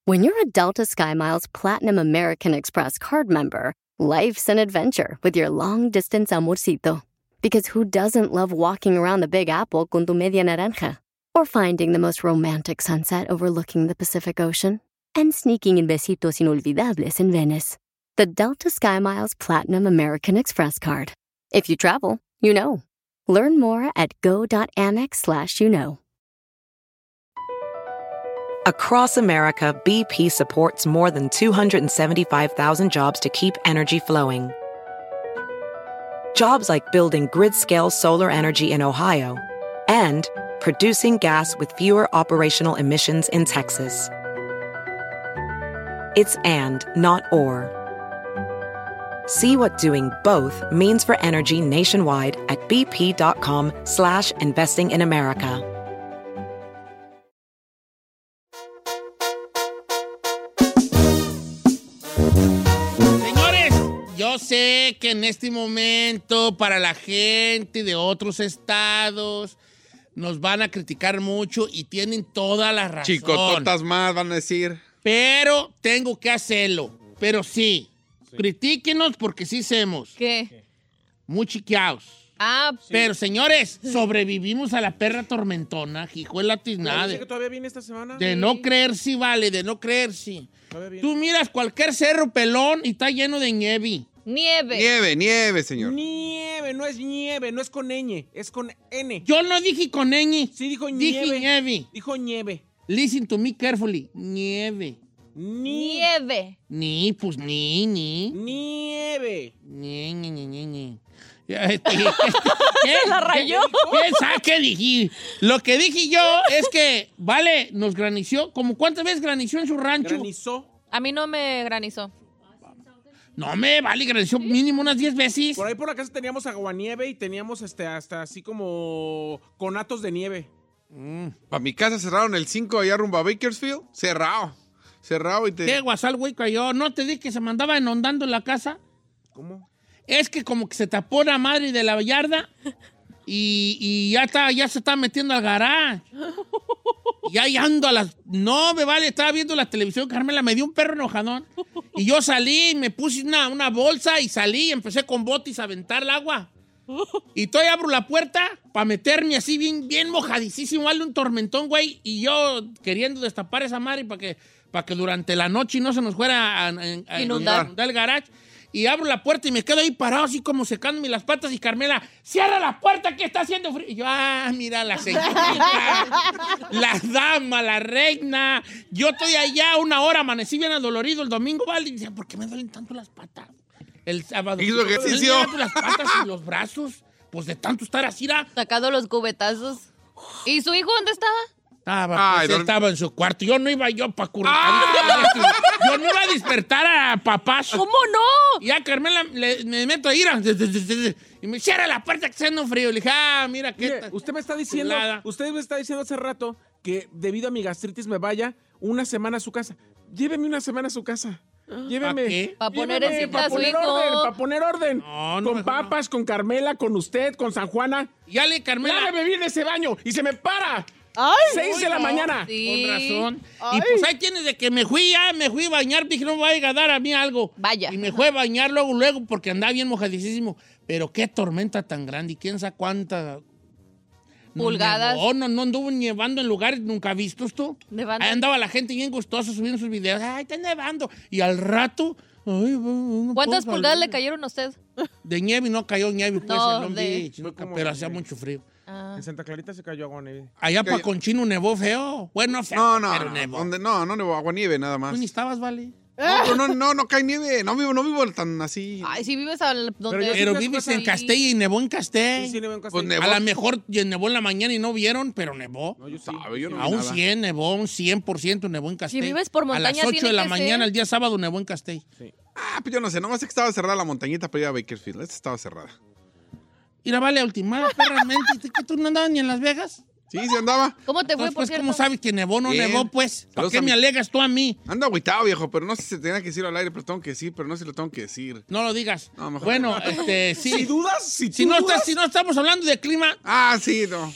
When you're a Delta SkyMiles Platinum American Express card member, life's an adventure with your long-distance amorcito. Because who doesn't love walking around the Big Apple con tu media naranja? Or finding the most romantic sunset overlooking the Pacific Ocean? And sneaking in besitos inolvidables in Venice. The Delta SkyMiles Platinum American Express card. If you travel, you know. Learn more at go.amex/you-know. Across America, BP supports more than 275,000 jobs to keep energy flowing. Jobs like building grid-scale solar energy in Ohio and producing gas with fewer operational emissions in Texas. It's and, not or. See what doing both means for energy nationwide at bp.com/investing in America. Señores, yo sé que en este momento para la gente de otros estados nos van a criticar mucho y tienen toda la razón. Chicototas más van a decir. Pero tengo que hacerlo. Pero sí. Critíquenos porque sí hacemos. ¿Qué? Muy chiqueados. Ah, sí. Pero, señores, sobrevivimos a la perra tormentona, hijo de la tiznada. ¿Dice que todavía viene esta semana? De no creer si vale, de no creer si. Todavía viene. Tú miras cualquier cerro pelón y está lleno de nieve. Nieve. Nieve, señor. Nieve, no es nieve, no es con ñ, es con N. Yo no dije con ñ. Sí, dijo Dije nieve. nieve. Dijo nieve. Listen to me carefully. Nieve. Nieve. Ni, pues ni. Nieve. Ni. ¿Qué? La rayó. ¿Qué dije? Lo que dije yo es que, vale, nos granició. ¿Cómo cuántas veces granició en su rancho? Granizó. A mí no me granizó. No me vale, granició mínimo unas 10 veces. Por ahí por la casa teníamos aguanieve y teníamos hasta así como conatos de nieve. Para mi casa cerraron el 5 allá rumbo a Bakersfield. Cerrado y te... ¿Qué guasal, güey, cayó? ¿No te dije que se mandaba inundando en la casa? ¿Cómo? Es que como que se tapó la madre de la yarda y ya se está metiendo al garage. Y ahí ando a las... No, me vale, estaba viendo la televisión, Carmela, me dio un perro enojadón. Y yo salí, me puse una bolsa y salí y empecé con botis a aventar el agua. Y todavía abro la puerta para meterme así bien mojadísimo, darle un tormentón, güey. Y yo queriendo destapar esa madre para que durante la noche no se nos fuera a inundar el garage. Y abro la puerta y me quedo ahí parado así como secándome las patas y Carmela, ¡cierra la puerta que está haciendo frío! Y yo, mira la señorita, la dama, la reina. Yo estoy allá 1 hora, amanecí bien adolorido el domingo, ¿vale? Y decía, ¿por qué me duelen tanto las patas? El sábado. ¿Hizo ejercicio? Me duelen las patas y los brazos. Pues de tanto estar así, Sacando los cubetazos. ¿Y su hijo dónde estaba? Estaba en su cuarto. Yo no iba para currar. Yo no iba a despertar a papás. ¿Cómo no? Y a Carmela me meto a ir y me cierra la puerta que está haciendo frío. Le dije, mira qué. Mire, usted me está diciendo hace rato que debido a mi gastritis me vaya una semana a su casa. Lléveme una semana a su casa. Lléveme. ¿Para qué? Para poner en cita a su hijo. Para poner orden. No, con papas, con Carmela, con usted, con San Juana. Ya le, Carmela. Ya me vi en ese baño y se me para. ¡Ay! 6 de la mañana. Sí. Con razón. Ay. Y pues ahí tienes de que me fui a bañar. Dije, no me vaya a dar a mí algo. Vaya. Y me fui a bañar luego porque andaba bien mojadísimo. Pero qué tormenta tan grande. Y quién sabe cuánta... Pulgadas. No anduvo nevando en lugares nunca vistos tú. Nevando. Ahí andaba la gente bien gustosa subiendo sus videos. ¡Ay, está nevando! Y al rato... ¿Cuántas pulgadas le cayeron a usted? De nieve no cayó nieve, pues, No, en Long de- Beach, Fue como pero de- hacía mucho frío. En Santa Clarita se cayó agua nieve. Allá para Conchino nevó feo. Bueno, feo, pero nevó. No nevó, aguanieve nada más. Tú ni estabas, vale. No cae nieve. No vivo tan así. Ay, si vives al donde... Pero vives en Castell y nevó en Castell. Sí, nevó en Castell. Pues nevó. A lo mejor nevó en la mañana y no vieron, pero nevó. No, yo sí. Yo no vi A un nada. 100 nevó, un 100% nevó en Castell. Si vives por montaña, a las 8 tiene de la que mañana, ser. el día sábado, nevó en Castell. Pues yo no sé. Nomás sé que estaba cerrada la montañita para ir a Bakersfield. Esta estaba cerrada. Mira, vale, ultimar, realmente, ¿que tú no andabas ni en Las Vegas? Sí, andaba. ¿Cómo te fue, Entonces, por pues, cierto? ¿cómo sabes que nevó o no Bien. nevó, pues? ¿Para Saludos qué a me mi- alegas tú a mí? Ando agüitado, viejo, pero no sé si se tenía que decir al aire, pero tengo que decir, pero no sé si lo tengo que decir. No lo digas. No, mejor Bueno, sí. Si dudas, Si no estamos hablando de clima, Sí, no.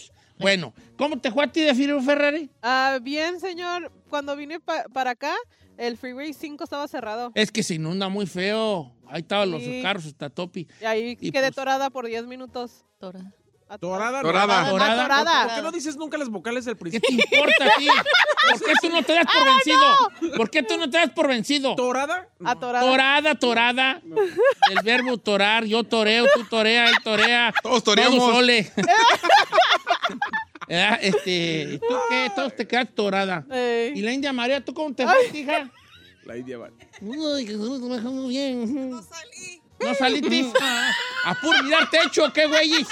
Bueno, ¿cómo te fue a ti de Firo Ferrari? Bien, señor. Cuando vine para acá, el Freeway 5 estaba cerrado. Es que se inunda muy feo. Ahí estaban los Sí. carros hasta topi. Y ahí Y quedé pues- torada por 10 minutos. Tora. Dorada. Dorada. Torada. ¿Por qué no dices nunca las vocales del ¿Qué principio? te importa a ti? ¿Por qué tú no te das por vencido? ¿Por qué tú no te das por vencido? ¿Dorada? Atorada. Torada. El verbo torar. Yo toreo, tú torea, él torea. Todos toreamos. Todos sole. ¿Tú qué? Todos te quedas torada. Ey. ¿Y la India María, tú cómo te fue, hija? La India vale. Uy, que me dejó muy bien. No salí. ¿No saliste? A puro mirar techo, ¿qué güeyes?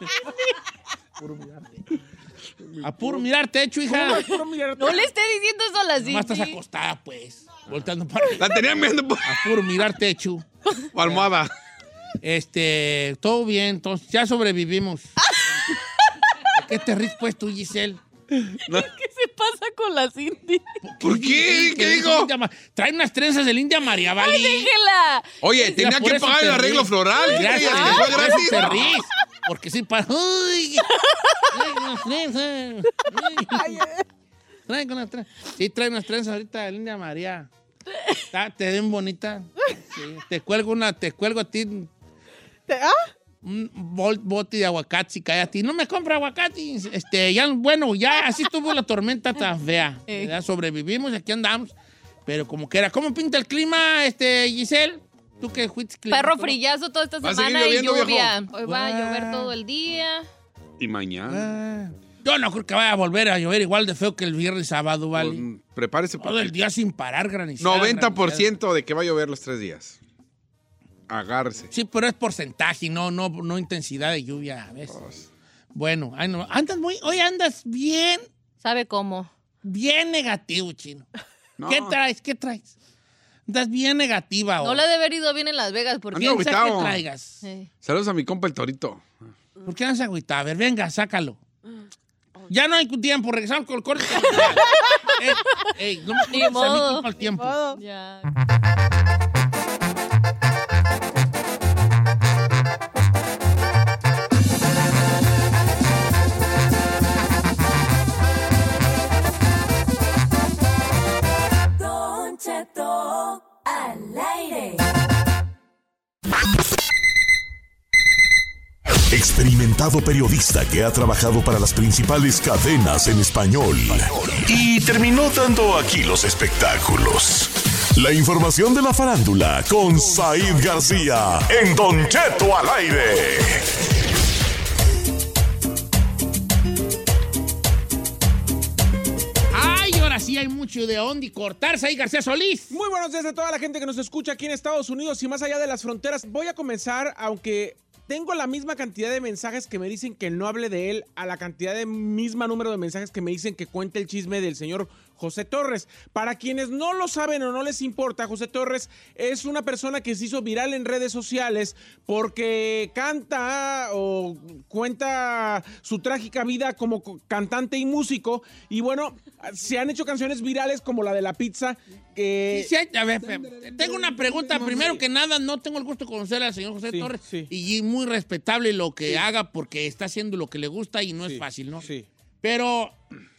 A puro mirar techo, hija. No le esté diciendo eso a la Cindy. Más estás acostada, pues. Volteando para La tenían viendo por a puro mirar techo. almohada. Todo bien, entonces ya sobrevivimos. ¿De qué te ríes, pues, tú, Giselle? ¿Qué se pasa con la Cindy? ¿Por qué? ¿Qué digo? Trae unas trenzas del India María, ¿vale? ¡Déjela! Oye, Mira, tenía por que eso pagar te el arreglo ríes. floral. ¿Qué Gracias, creías? ¿Que fue por eso gratis? te ríes. Porque sí, para... ¡Uy! Trae unas trenzas. Trae unas trenzas. Sí, trae unas trenzas ahorita de India María. Te ven bonita. Sí. Te cuelgo a ti un bote de aguacate y cae a ti. No me compra aguacate. Ya así estuvo la tormenta tan fea. ¿Verdad? Sobrevivimos, aquí andamos. Pero como que era. ¿Cómo pinta el clima, Giselle? ¿Tú qué fuiste? Perro frillazo toda esta Va a seguir semana y lloviendo, lluvia. viejo. Hoy va a llover todo el día. Y mañana. Yo no creo que vaya a volver a llover igual de feo que el viernes y sábado, ¿vale? Pues, prepárese Todo el día sin parar, granizada. 90% de que va a llover los 3 días. Agárrese. Sí, pero es porcentaje, no intensidad de lluvia, ¿ves? Bueno, hoy andas bien ¿Sabe cómo? negativo, chino. No. ¿Qué traes? Andas bien negativa hoy. No le debe haber ido bien en Las Vegas porque... Ando Piensa agüitado. que traigas. Saludos a mi compa el Torito. ¿Por qué andas agüitado? A ver, venga, sácalo. Ya no hay tiempo, regresamos con el corte. No me Ni pongas a mí modo. culpa al tiempo. Todo. Ya. Don Cheto al aire. Experimentado periodista que ha trabajado para las principales cadenas en español y terminó dando aquí los espectáculos. La información de la farándula con Said García en Don Cheto al aire. Ay, ahora sí hay mucho de dónde cortar. Said García Solís. Muy buenos días a toda la gente que nos escucha aquí en Estados Unidos y más allá de las fronteras. Voy a comenzar, aunque tengo la misma cantidad de mensajes que me dicen que no hable de él, a la cantidad de misma número de mensajes que me dicen que cuente el chisme del señor José Torres. Para quienes no lo saben o no les importa, José Torres es una persona que se hizo viral en redes sociales porque canta o cuenta su trágica vida como cantante y músico. Y bueno, se han hecho canciones virales como la de la pizza. A ver, tengo una pregunta. Primero que nada, no tengo el gusto de conocer al señor José Torres. Sí. Y muy respetable lo que haga porque está haciendo lo que le gusta y no es fácil, ¿no? Sí. Pero,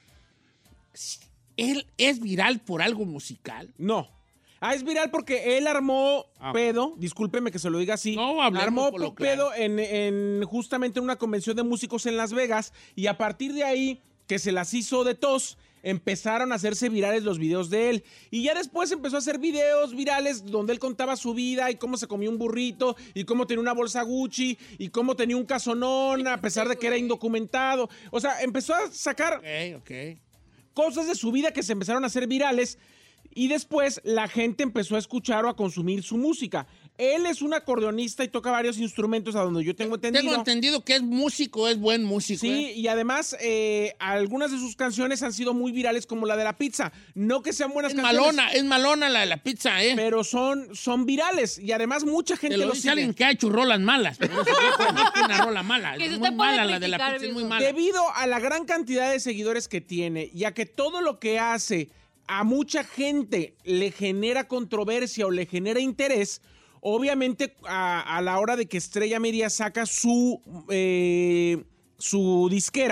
¿él es viral por algo musical? No. Es viral porque él armó pedo, discúlpeme que se lo diga así. No, hablemos armó por lo pedo claro. en justamente en una convención de músicos en Las Vegas y a partir de ahí, que se las hizo de tos, empezaron a hacerse virales los videos de él. Y ya después empezó a hacer videos virales donde él contaba su vida y cómo se comió un burrito y cómo tenía una bolsa Gucci y cómo tenía un casonón a pesar de que era indocumentado. O sea, empezó a sacar cosas de su vida que se empezaron a hacer virales y después la gente empezó a escuchar o a consumir su música. Él es un acordeonista y toca varios instrumentos a donde yo tengo entendido. Tengo entendido que es músico, es buen músico. Sí, y además algunas de sus canciones han sido muy virales como la de la pizza. No que sean buenas canciones. Es malona la de la pizza, Pero son virales y además mucha gente lo lo dice sigue. alguien que ha hecho rolas malas. Pero no sé qué es una rola mala. Que Es si muy usted puede mala la de la criticar, pizza, es muy viejo. mala. Debido a la gran cantidad de seguidores que tiene y a que todo lo que hace a mucha gente le genera controversia o le genera interés, obviamente a la hora de que Estrella Media saca su disquera,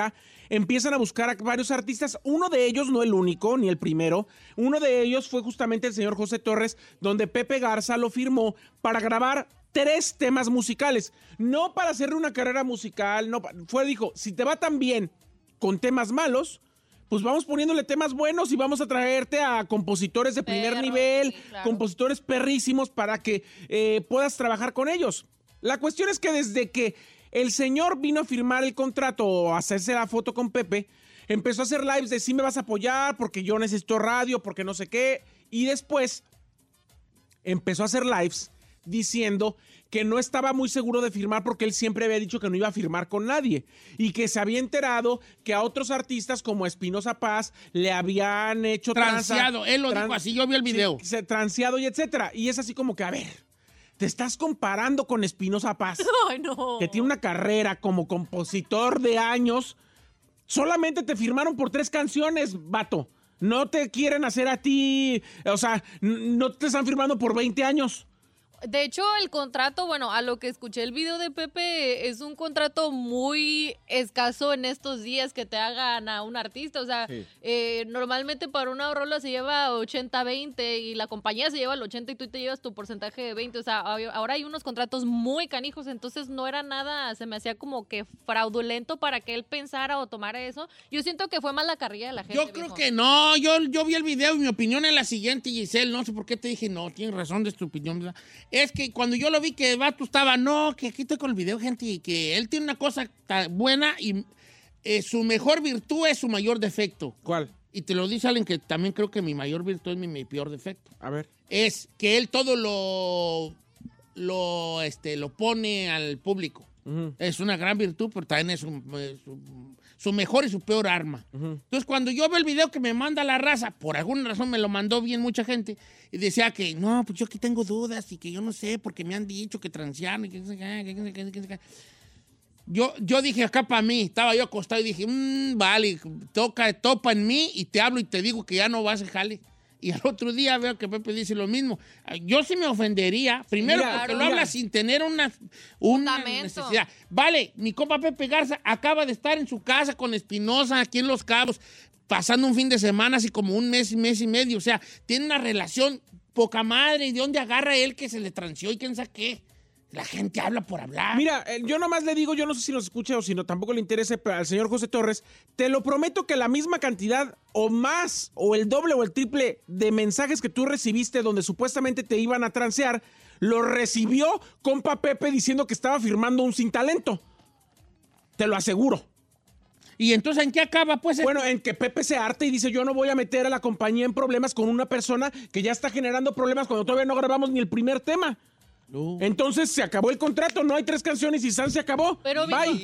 empiezan a buscar a varios artistas. Uno de ellos, no el único, ni el primero, uno de ellos fue justamente el señor José Torres, donde Pepe Garza lo firmó para grabar 3 temas musicales. No para hacerle una carrera musical, no, dijo, si te va tan bien con temas malos, pues vamos poniéndole temas buenos y vamos a traerte a compositores de primer nivel, sí, claro, compositores perrísimos para que puedas trabajar con ellos. La cuestión es que desde que el señor vino a firmar el contrato o a hacerse la foto con Pepe, empezó a hacer lives de sí me vas a apoyar porque yo necesito radio, porque no sé qué, y después empezó a hacer lives diciendo que no estaba muy seguro de firmar porque él siempre había dicho que no iba a firmar con nadie y que se había enterado que a otros artistas como Espinoza Paz le habían hecho transeado, él lo dijo así, yo vi el video. Sí, transeado y etcétera. Y es así como que, a ver, te estás comparando con Espinoza Paz, Ay, no, que tiene una carrera como compositor de años. Solamente te firmaron por 3 canciones, vato. No te quieren hacer a ti, o sea, no te están firmando por 20 años. De hecho, el contrato, bueno, a lo que escuché el video de Pepe, es un contrato muy escaso en estos días que te hagan a un artista. O sea, sí, normalmente para una rola se lleva 80-20 y la compañía se lleva el 80 y tú te llevas tu porcentaje de 20. O sea, ahora hay unos contratos muy canijos, entonces no era nada, se me hacía como que fraudulento para que él pensara o tomara eso. Yo siento que fue más la carrilla de la gente. Yo creo que no, yo vi el video y mi opinión es la siguiente, Giselle, no sé por qué te dije no, tienes razón de tu opinión, ¿verdad? Es que cuando yo lo vi que el vato estaba, no, que aquí estoy con el video, gente, y que él tiene una cosa buena y su mejor virtud es su mayor defecto. ¿Cuál? Y te lo dice alguien que también creo que mi mayor virtud es mi peor defecto. A ver. Es que él todo lo pone al público. Uh-huh. Es una gran virtud, pero también es su mejor y su peor arma. Uh-huh. Entonces, cuando yo veo el video que me manda la raza, por alguna razón me lo mandó bien mucha gente, y decía que, no, pues yo aquí tengo dudas y que yo no sé, porque me han dicho que transearon y que yo dije acá para mí, estaba yo acostado y dije, vale, topa en mí y te hablo y te digo que ya no vas a jale. Y al otro día veo que Pepe dice lo mismo. Yo sí me ofendería. Primero, porque lo habla sin tener una necesidad. Vale, mi compa Pepe Garza acaba de estar en su casa con Espinoza aquí en Los Cabos, pasando un fin de semana, así como un mes y medio. O sea, tiene una relación poca madre. ¿Y de dónde agarra él que se le transió y quién sabe qué? La gente habla por hablar. Mira, yo nomás le digo, yo no sé si nos escucha o si no, tampoco le interese al señor José Torres, te lo prometo que la misma cantidad o más, o el doble o el triple de mensajes que tú recibiste donde supuestamente te iban a transear, lo recibió compa Pepe diciendo que estaba firmando un sin talento. Te lo aseguro. ¿Y entonces en qué acaba, pues? Bueno, en que Pepe se harta y dice, yo no voy a meter a la compañía en problemas con una persona que ya está generando problemas cuando todavía no grabamos ni el primer tema. No. Entonces se acabó el contrato, no hay 3 canciones y San se acabó. Pero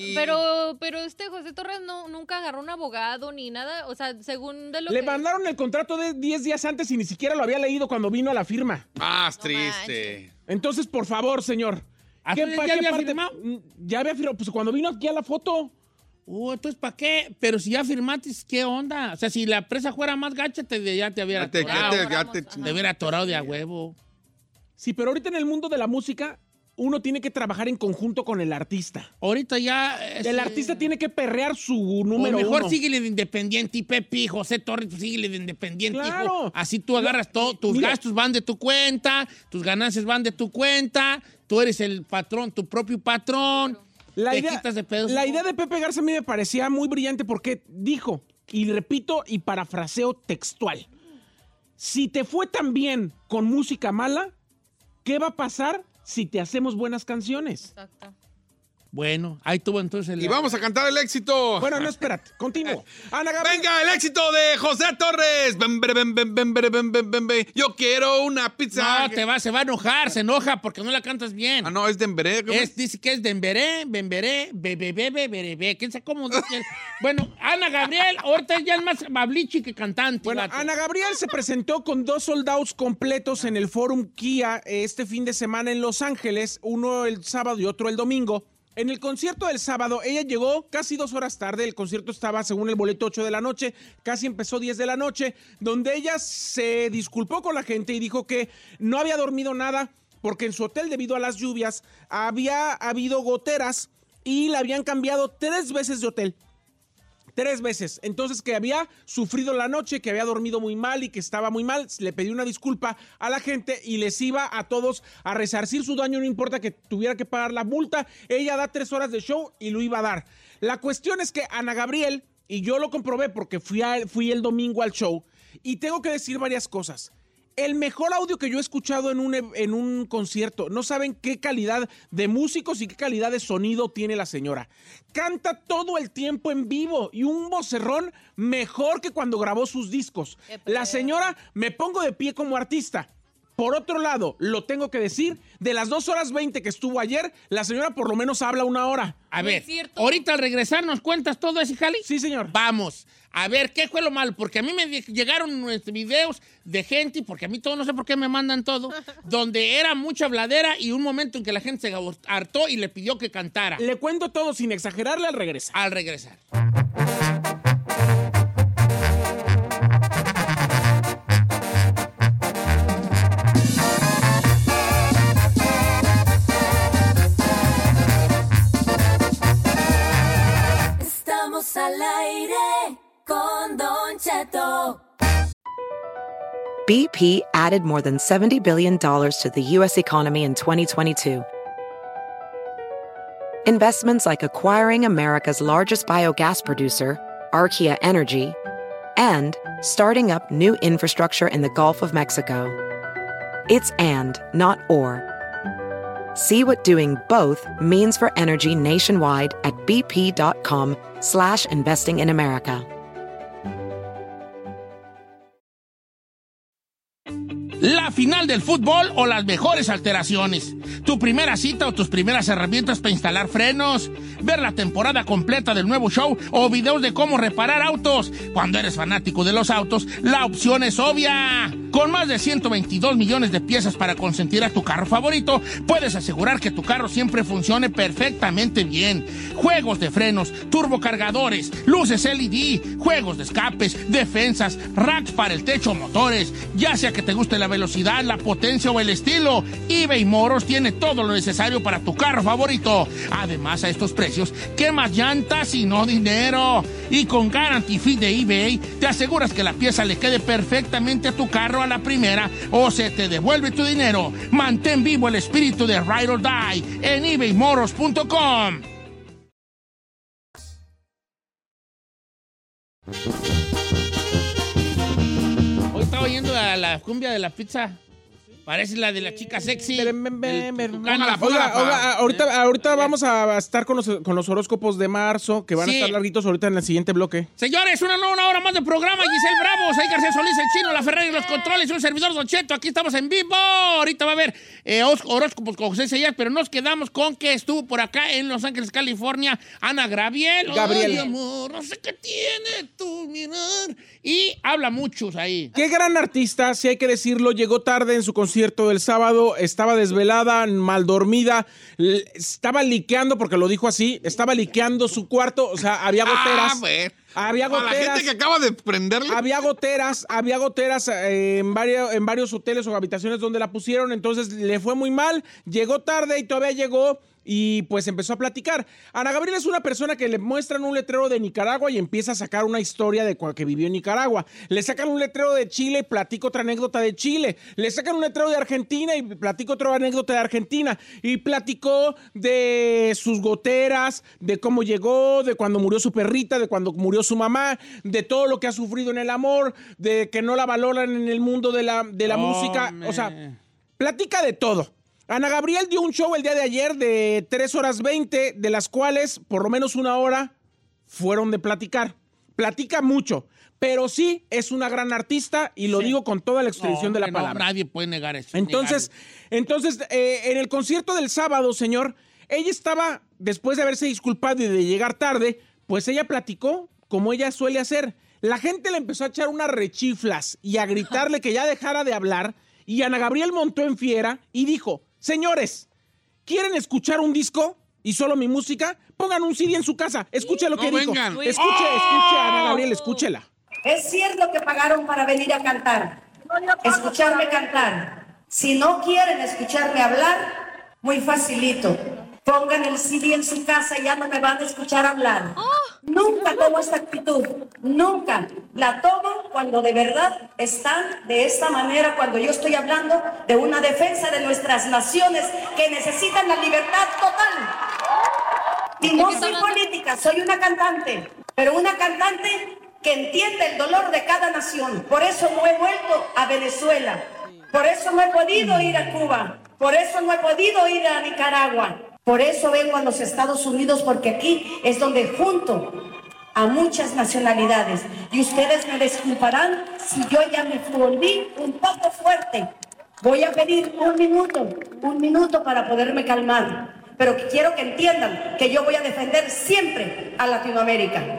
José Torres nunca agarró un abogado ni nada, o sea, según de lo Le mandaron el contrato de 10 días antes y ni siquiera lo había leído cuando vino a la firma. Es triste. Entonces, por favor, señor. ¿Ya había firmado? Ya había firmado, pues cuando vino aquí a la foto. Entonces, ¿para qué? Pero si ya firmaste, ¿qué onda? O sea, si la presa fuera más gacha, ya te hubiera atorado. Te hubiera atorado de a huevo. Sí, pero ahorita en el mundo de la música, uno tiene que trabajar en conjunto con el artista. Ahorita ya... El artista tiene que perrear su número mejor uno. síguele de independiente, y Pepe, José Torres, síguele de independiente. Claro. Hijo. Así tú agarras todo, tus gastos van de tu cuenta, tus ganancias van de tu cuenta, tú eres el patrón, tu propio patrón. La idea de Pepe Garza a mí me parecía muy brillante porque dijo, y repito y parafraseo textual, si te fue tan bien con música mala, ¿qué va a pasar si te hacemos buenas canciones? Exacto. Bueno, ahí tuvo entonces Y vamos a cantar el éxito. Bueno, no, espérate, continúo. Ana Gabriel. Venga, el éxito de José Torres. Yo quiero una pizza. No, se va a enojar, se enoja porque no la cantas bien. No, es Demberé. Dice que es Demberé, bebé. ¿Quién sabe cómo dice? Bueno, Ana Gabriel, ahorita ya es más bablichi que cantante. Bueno, gato. Ana Gabriel se presentó con 2 sold outs completos en el Forum Kia este fin de semana en Los Ángeles, uno el sábado y otro el domingo. En el concierto del sábado, ella llegó casi 2 horas tarde. El concierto estaba, según el boleto, 8 de la noche. Casi empezó 10 de la noche, donde ella se disculpó con la gente y dijo que no había dormido nada porque en su hotel, debido a las lluvias, había habido goteras y la habían cambiado 3 veces de hotel. 3 veces. Entonces, que había sufrido la noche, que había dormido muy mal y que estaba muy mal, le pedí una disculpa a la gente y les iba a todos a resarcir su daño, no importa que tuviera que pagar la multa. Ella da 3 horas de show y lo iba a dar. La cuestión es que Ana Gabriel, y yo lo comprobé porque fui el domingo al show, y tengo que decir varias cosas. El mejor audio que yo he escuchado en un concierto. No saben qué calidad de músicos y qué calidad de sonido tiene la señora. Canta todo el tiempo en vivo y un vocerrón mejor que cuando grabó sus discos. La señora, me pongo de pie como artista. Por otro lado, lo tengo que decir, de las 2 horas 20 que estuvo ayer, la señora por lo menos habla 1 hora. A ver, ahorita al regresar nos cuentas todo ese jali. Sí, señor. Vamos. A ver, ¿qué fue lo malo? Porque a mí me llegaron videos de gente, porque a mí todo, no sé por qué me mandan todo, donde era mucha habladera y un momento en que la gente se hartó y le pidió que cantara. Le cuento todo sin exagerarle al regresar. Al regresar. Estamos al aire con Don Cheto. BP added more than $70 billion to the U.S. economy in 2022. Investments like acquiring America's largest biogas producer, Archaea Energy, and starting up new infrastructure in the Gulf of Mexico. It's and, not or. See what doing both means for energy nationwide at bp.com/investing in America. La final del fútbol o las mejores alteraciones. Tu primera cita o tus primeras herramientas para instalar frenos. Ver la temporada completa del nuevo show o videos de cómo reparar autos. Cuando eres fanático de los autos, la opción es obvia. Con más de 122 millones de piezas para consentir a tu carro favorito, puedes asegurar que tu carro siempre funcione perfectamente bien. Juegos de frenos, turbocargadores, luces LED, juegos de escapes, defensas, racks para el techo o motores. Ya sea que te guste la velocidad, la potencia o el estilo, eBay Motors tiene todo lo necesario para tu carro favorito. Además, a estos precios, ¿qué más llantas y no dinero? Y con Guarantee Fee de eBay, te aseguras que la pieza le quede perfectamente a tu carro a la primera o se te devuelve tu dinero. Mantén vivo el espíritu de Ride or Die en ebaymotors.com. Hoy estaba oyendo a la cumbia de la pizza. Parece la de la chica sexy. Ahorita vamos a estar con los horóscopos de marzo, que van a estar larguitos ahorita en el siguiente bloque. Señores, una hora más de programa. Giselle Bravo, Saí García Solís, el Chino, la Ferrari, los controles y un servidor Don Cheto. Aquí estamos en vivo. Ahorita va a haber horóscopos con José Sellás, pero nos quedamos con que estuvo por acá en Los Ángeles, California, Ana Gabriel. Ay, amor, no sé qué tiene tu mirar. Y habla muchos ahí. Qué gran artista, si hay que decirlo. Llegó tarde en su concierto del sábado, estaba desvelada, mal dormida, estaba liqueando, porque lo dijo así, estaba liqueando su cuarto, o sea, había goteras. Había goteras. Para la gente que acaba de prenderle. Había goteras en varios hoteles o habitaciones donde la pusieron, entonces le fue muy mal, llegó tarde y todavía llegó y pues empezó a platicar. Ana Gabriel es una persona que le muestran un letrero de Nicaragua y empieza a sacar una historia de que vivió en Nicaragua. Le sacan un letrero de Chile y platica otra anécdota de Chile. Le sacan un letrero de Argentina y platica otra anécdota de Argentina. Y platicó de sus goteras, de cómo llegó, de cuando murió su perrita, de cuando murió su mamá, de todo lo que ha sufrido en el amor, de que no la valoran en el mundo de la música. O sea, platica de todo. Ana Gabriel dio un show el día de ayer de 3 horas 20, de las cuales por lo menos 1 hora fueron de platicar. Platica mucho, pero sí es una gran artista y lo digo con toda la extensión de la palabra. Nadie puede negar eso. Entonces, en el concierto del sábado, señor, ella estaba, después de haberse disculpado y de llegar tarde, pues ella platicó como ella suele hacer. La gente le empezó a echar unas rechiflas y a gritarle que ya dejara de hablar y Ana Gabriel montó en fiera y dijo: señores, ¿quieren escuchar un disco y solo mi música? Pongan un CD en su casa. Escuche lo que dijo. Escuche, Ana Gabriel, escúchela. Es cierto que pagaron para venir a cantar, escucharme cantar. Si no quieren escucarme hablar, muy facilito. Pongan el CD en su casa y ya no me van a escuchar hablar. Nunca tomo esta actitud, nunca. La tomo cuando de verdad están de esta manera, cuando yo estoy hablando de una defensa de nuestras naciones que necesitan la libertad total. Y no soy política, soy una cantante, pero una cantante que entiende el dolor de cada nación. Por eso no he vuelto a Venezuela, por eso no he podido ir a Cuba, por eso no he podido ir a Nicaragua. Por eso vengo a los Estados Unidos, porque aquí es donde junto a muchas nacionalidades. Y ustedes me disculparán si yo ya me volví un poco fuerte. Voy a pedir un minuto para poderme calmar. Pero quiero que entiendan que yo voy a defender siempre a Latinoamérica.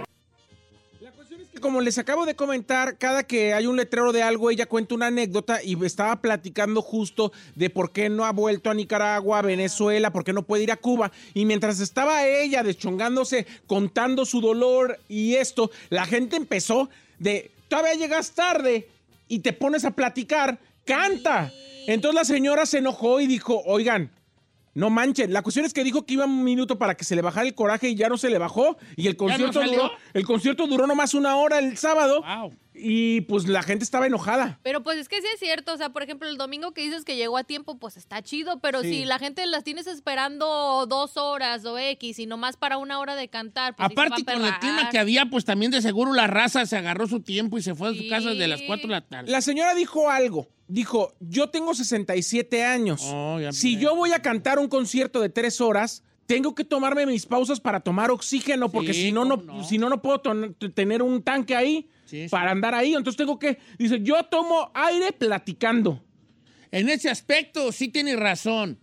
Como les acabo de comentar, cada que hay un letrero de algo, ella cuenta una anécdota y estaba platicando justo de por qué no ha vuelto a Nicaragua, a Venezuela, por qué no puede ir a Cuba. Y mientras estaba ella deschongándose, contando su dolor y esto, la gente empezó de, todavía llegas tarde y te pones a platicar, canta. Entonces la señora se enojó y dijo, oigan, no manchen. La cuestión es que dijo que iba un minuto para que se le bajara el coraje y ya no se le bajó. Y el concierto duró nomás 1 hora el sábado. Wow. Y pues la gente estaba enojada. Pero pues es que sí es cierto, o sea, por ejemplo, el domingo que dices que llegó a tiempo, pues está chido, pero si la gente las tienes esperando 2 horas o X y nomás para 1 hora de cantar, pues aparte con el clima que había, pues también de seguro la raza se agarró su tiempo y se fue a su casa desde las 4 de la tarde. La señora dijo algo. Dijo, yo tengo 67 años. Si yo voy a cantar un concierto de 3 horas, tengo que tomarme mis pausas para tomar oxígeno, porque si no, no puedo tener un tanque ahí para andar ahí. Entonces tengo que, dice, yo tomo aire platicando. En ese aspecto sí tiene razón.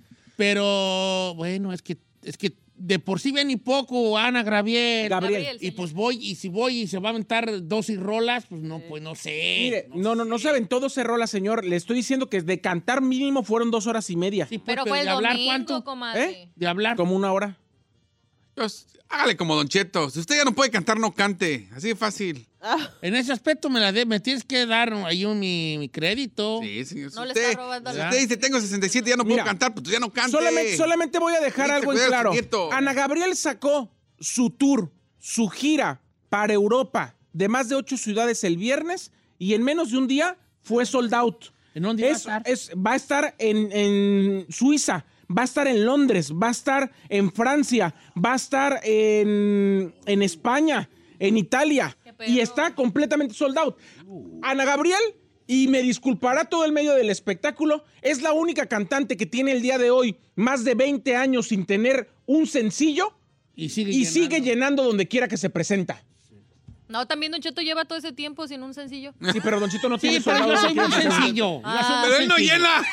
Pero, bueno, es que de por sí ven y poco Ana Gabriel. Y pues y si se va a aventar 12 rolas, pues no sé. Mire, no se aventó 12 rolas, señor. Le estoy diciendo que de cantar mínimo fueron 2 horas y media. Sí, pero fue el ¿de hablar domingo, cuánto? Comadre. De hablar. Como 1 hora. Pues, hágale como Don Cheto. Si usted ya no puede cantar, no cante. Así de fácil. En ese aspecto me tienes que dar ahí mi crédito. Sí, señor. No le está robando usted dice, tengo 67 y ya no puedo cantar, pues ya no cante. Solamente voy a dejar algo en claro. Ana Gabriel sacó su tour, su gira para Europa de más de 8 ciudades el viernes y en menos de un día fue sold out. ¿En dónde va a estar? Va a estar en Suiza, va a estar en Londres, va a estar en Francia, va a estar en España, en Italia. Y está completamente sold out. Ana Gabriel, y me disculpará todo el medio del espectáculo, es la única cantante que tiene el día de hoy más de 20 años sin tener un sencillo y sigue llenando donde quiera que se presenta. No, también Don Cheto lleva todo ese tiempo sin un sencillo. Sí, pero Don Cheto no tiene sold out. Sí, pero yo soy muy sencillo. Pero él no llena.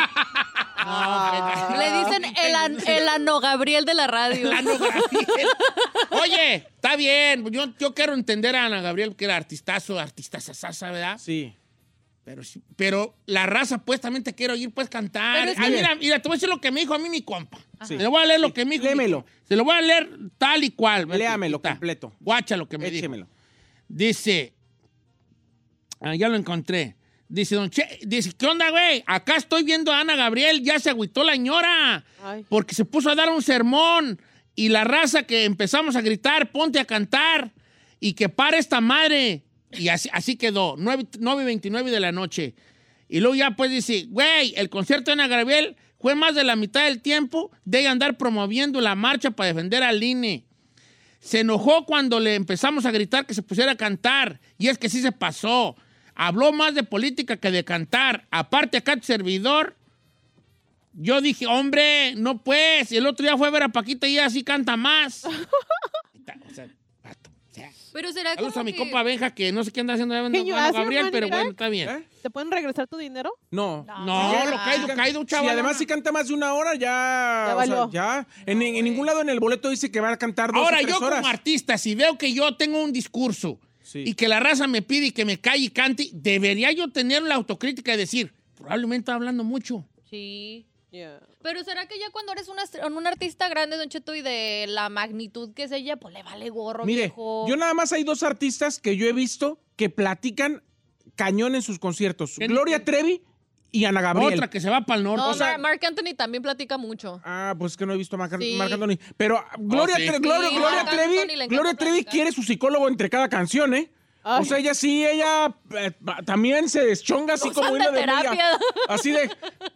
Le dicen el Ano Gabriel de la radio. Oye, está bien. Yo quiero entender a Ana Gabriel, que era artistaza, ¿verdad? Sí. Pero la raza, pues, también te quiero oír, pues, cantar. Mira, te voy a decir lo que me dijo a mí mi compa. Sí. Le voy a leer lo que me dijo. Lémelo. Se lo voy a leer tal y cual. Léamelo completo. Guacha lo que me Échemelo. dijo. Dice, ya lo encontré. Dice, dice, ¿qué onda, güey? Acá estoy viendo a Ana Gabriel, ya se agüitó la ñora. Porque se puso a dar un sermón. Y la raza que empezamos a gritar, ponte a cantar. Y que pare esta madre. Y así quedó, 9:29 de la noche. Y luego ya pues dice, güey, el concierto de Ana Gabriel fue más de la mitad del tiempo de andar promoviendo la marcha para defender al INE. Se enojó cuando le empezamos a gritar que se pusiera a cantar. Y es que sí se pasó. Habló más de política que de cantar. Aparte acá tu servidor, yo dije, hombre, no pues. Y el otro día fue a ver a Paquita y ella así canta más. O sea, pero será saludos como a mi que... compa Benja, que no sé qué anda haciendo Gabriel, pero bueno, está bien. ¿Te pueden regresar tu dinero? No, lo caído, chaval. Si además si canta más de 1 hora, ya valió. En ningún lado en el boleto dice que va a cantar 2 o 3 horas. Ahora, yo como artista, si veo que yo tengo un discurso y que la raza me pide que me calle y cante, debería yo tener la autocrítica de decir, probablemente está hablando mucho. Sí. Pero ¿será que ya cuando eres un artista grande, Don Cheto, y de la magnitud que es ella, pues le vale gorro, Mire, viejo? yo nada más hay 2 artistas que yo he visto que platican cañón en sus conciertos. Gloria Trevi y Ana Gabriel. Otra que se va para el norte. No, Marc Anthony también platica mucho. Ah, pues que no he visto a Marc Sí. Anthony. Pero Gloria sí. Gloria Sí, Marc Anthony le encanta Trevi platicar. quiere su psicólogo entre cada canción, ¿eh? Ay. O sea, ella también se deschonga así como Usan hilo de de media. terapia. Así de...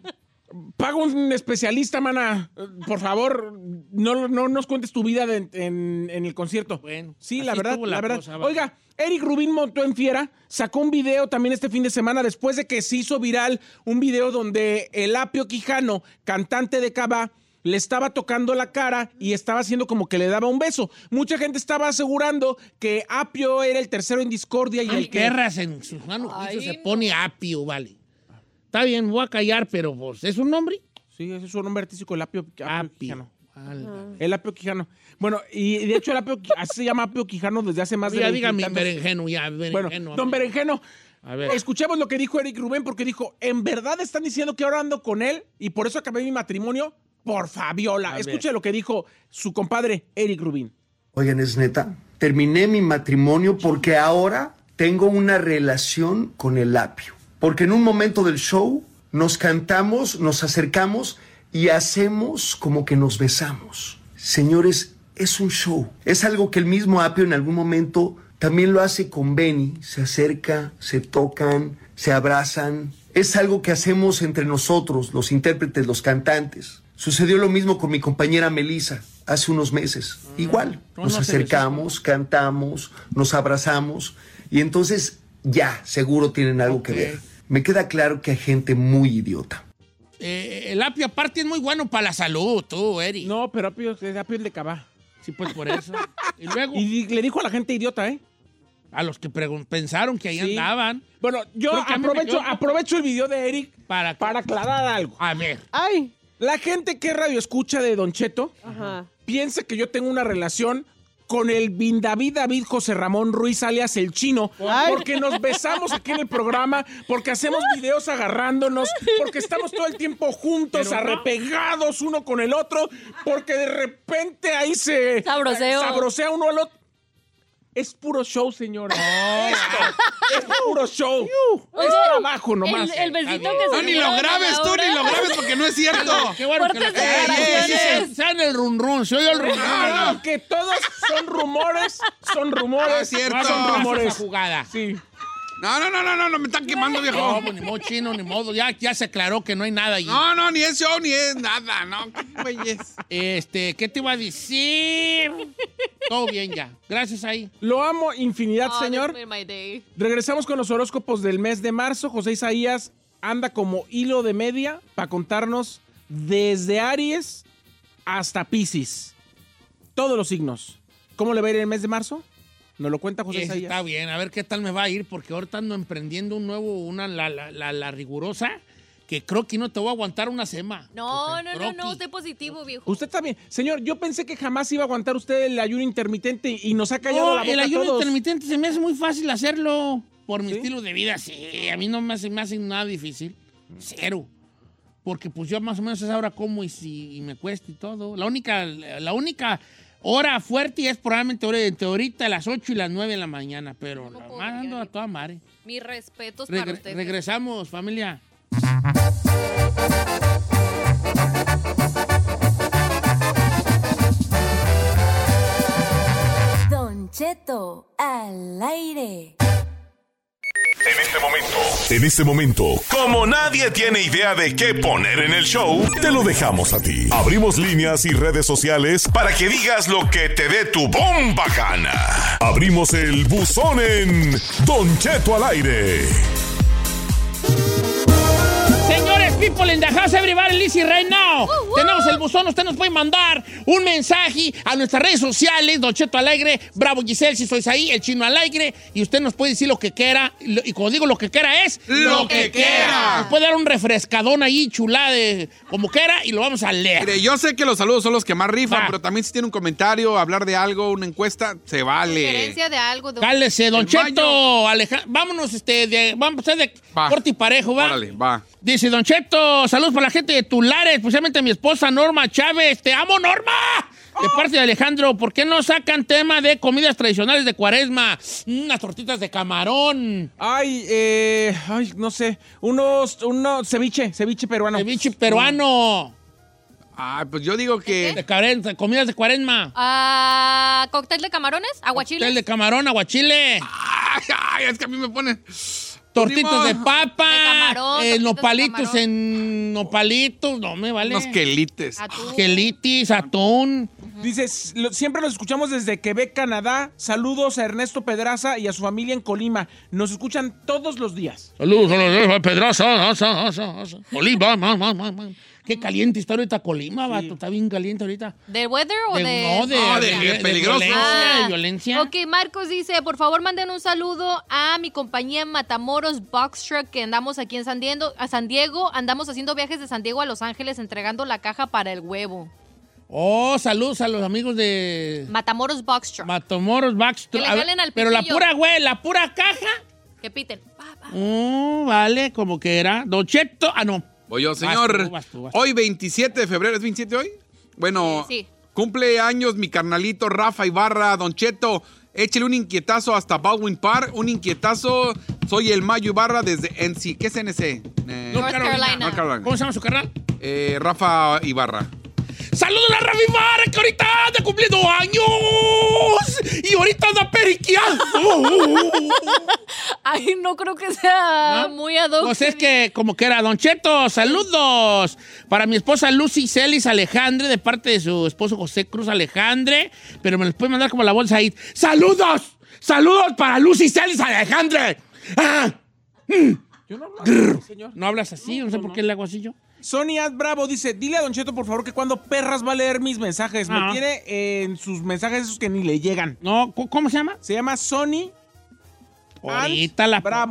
Paga un especialista, mana. Por favor, no nos cuentes tu vida en el concierto. Bueno, sí, así la verdad, estuvo la la verdad. cosa, va. Oiga, Eric Rubín montó en fiera, sacó un video también este fin de semana después de que se hizo viral un video donde el Apio Quijano, cantante de Cabá, le estaba tocando la cara y estaba haciendo como que le daba un beso. Mucha gente estaba asegurando que Apio era el tercero en discordia y el que... Perras en sus manos Ay, se no. pone Apio, vale. Está bien, voy a callar, pero pues, ¿es un nombre? Sí, ese es su nombre artístico, el Apio Quijano. Válgame. El Apio Quijano. Bueno, y de hecho el Apio, así se llama Apio Quijano desde hace más de 20 y Dígame, tantos. berenjeno, ya, berenjeno. Bueno, don Berenjeno, A ver. escuchemos lo que dijo Eric Rubén, porque dijo, en verdad están diciendo que ahora ando con él y por eso acabé mi matrimonio por Fabiola. A Escuche ver. lo que dijo su compadre Eric Rubin. Oigan, es neta, terminé mi matrimonio porque ahora tengo una relación con el Apio. Porque en un momento del show nos cantamos, nos acercamos y hacemos como que nos besamos. Señores, es un show. Es algo que el mismo Apio en algún momento también lo hace con Benny. Se acerca, se tocan, se abrazan. Es algo que hacemos entre nosotros, los intérpretes, los cantantes. Sucedió lo mismo con mi compañera Melissa hace unos meses. Igual, nos acercamos, cantamos, nos abrazamos y entonces ya, seguro tienen algo que ver. Me queda claro que hay gente muy idiota. El Apio aparte es muy bueno para la salud, tú, Eric. No, pero Apio es de Cabá. Sí, pues por eso. Y luego, Y le dijo a la gente idiota, ¿eh? a los que pensaron que ahí Sí. andaban. Bueno, yo Creo que a mí me quedó un poco- aprovecho el video de Eric Para aclarar algo. A ver. Ay. La gente que radio escucha de Don Cheto Ajá. piensa que yo tengo una relación con el David José Ramón Ruiz, alias el Chino, Ay. porque nos besamos aquí en el programa, porque hacemos videos agarrándonos, porque estamos todo el tiempo juntos, Pero no. arrepegados uno con el otro, porque de repente ahí se sabrosea uno al otro. Es puro show, señora. Esto es puro show. Es trabajo nomás. El besito que No, se ni lo dieron grabes a tú, Laura. ni lo grabes porque no es cierto. Qué bueno que Fuertes la declaraciones. se en el run run, se oye el run No, que todos son rumores, No es cierto. no son rumores. esa jugada. Sí. No, me están quemando, viejo. No, pues ni modo chino, ni modo. Ya se aclaró que no hay nada ahí. No, ni es show, ni es nada, no, qué güeyes. ¿Qué te iba a decir? Todo bien ya. Gracias ahí. Lo amo infinidad, Oh, señor. this made my day. Regresamos con los horóscopos del mes de marzo. José Isaías anda como hilo de media para contarnos desde Aries hasta Piscis. Todos los signos. ¿Cómo le va a ir el mes de marzo? ¿Nos lo cuenta José Isaías? Está bien, a ver qué tal me va a ir, porque ahorita ando emprendiendo la rigurosa, que creo que no te voy a aguantar una sema. No, Croqui. usted positivo, viejo. Usted también. Señor, yo pensé que jamás iba a aguantar usted el ayuno intermitente y nos ha callado la boca el a ayuno todos. intermitente se me hace muy fácil hacerlo por mi ¿Sí? estilo de vida. Sí, a mí no me hace nada difícil. Cero. Porque pues yo más o menos a esa hora como y me cuesta y todo. La única hora fuerte es probablemente entre ahorita a las 8 y las 9 de la mañana, pero No la puedo, más ando a Yanni. toda madre. Mis respetos para usted. Regresamos, familia. Don Cheto al aire. En este momento, como nadie tiene idea de qué poner en el show, te lo dejamos a ti. Abrimos líneas y redes sociales para que digas lo que te dé tu bomba gana. Abrimos el buzón en Don Cheto al aire. Señores, people in the house, everybody listen right now. Tenemos el buzón, usted nos puede mandar un mensaje a nuestras redes sociales, Don Cheto al aire, Bravo Giselle, si sois ahí, el Chino al aire, y usted nos puede decir lo que quiera, y cuando digo lo que quiera es Lo que quiera. Nos puede dar un refrescadón ahí, chulada, como quiera, y lo vamos a leer. Mire, yo sé que los saludos son los que más rifan, Va. pero también si tiene un comentario, hablar de algo, una encuesta, se vale. Diferencia de algo. De Cálese, Don El Cheto, Alejandro, vámonos, vamos a hacer de Va. corte y parejo, ¿va? Órale, va. Dice Don Cheto, saludos para la gente de Tulares, especialmente a mi esposa Norma Chávez. ¡Te amo, Norma! De parte de Alejandro, ¿por qué no sacan tema de comidas tradicionales de Cuaresma? Unas tortitas de camarón. Ay, no sé. Unos ceviche peruano. Ceviche peruano. Pues yo digo que... De comidas de Cuaresma. ¿Cóctel de camarones? ¿Aguachiles? Cóctel de camarón, aguachile. Ay, es que a mí me ponen... Tortitos de papa, de camarón, nopalitos en nopalitos, no me vale. Unos quelites. Quelitis, atún. Dice, siempre los escuchamos desde Quebec, Canadá. Saludos a Ernesto Pedraza y a su familia en Colima. Nos escuchan todos los días. Saludos a Pedraza. Colima, Qué caliente está ahorita Colima, vato. Está bien caliente ahorita. ¿De weather o de...? No, de peligroso. De violencia. Ok, Marcos dice, por favor manden un saludo a mi compañía Matamoros Box Truck, que andamos aquí en San Diego. Andamos haciendo viajes de San Diego a Los Ángeles entregando la caja para el huevo. Oh, saludos a los amigos de... Matamoros Box Truck. Matamoros Box Truck. Que le jalen al pero la pitillo. pura, güey, la pura caja. Que piten. Vale, como que era. Don Cheto, no. Voy yo, señor. Vas tú. Hoy, 27 de febrero, ¿es 27 hoy? Bueno, sí. Cumple años mi carnalito Rafa Ibarra. Don Cheto, échale un inquietazo hasta Baldwin Park. Un inquietazo. Soy el Mayo Ibarra desde NC. ¿Qué es NC? North Carolina. ¿Cómo se llama su carnal? Rafa Ibarra. ¡Saludos a Rafa Ibarra, que ahorita anda cumpliendo años! Y ahorita anda periqueando. Ay, no creo que sea muy ad hoc. Pues es que como que era Don Cheto, saludos para mi esposa Lucy Celis Alejandre, de parte de su esposo José Cruz Alejandre, pero me los puede mandar como la bolsa ahí. ¡Saludos! ¡Saludos para Lucy Celis Alejandre! Yo no hablo así, señor. ¿No hablas así? No sé por qué le hago así yo. Sonia Bravo dice, dile a Don Cheto, por favor, que cuando perras va a leer mis mensajes. Me tiene en sus mensajes esos que ni le llegan. No, ¿cómo se llama? Se llama Sony. Ahorita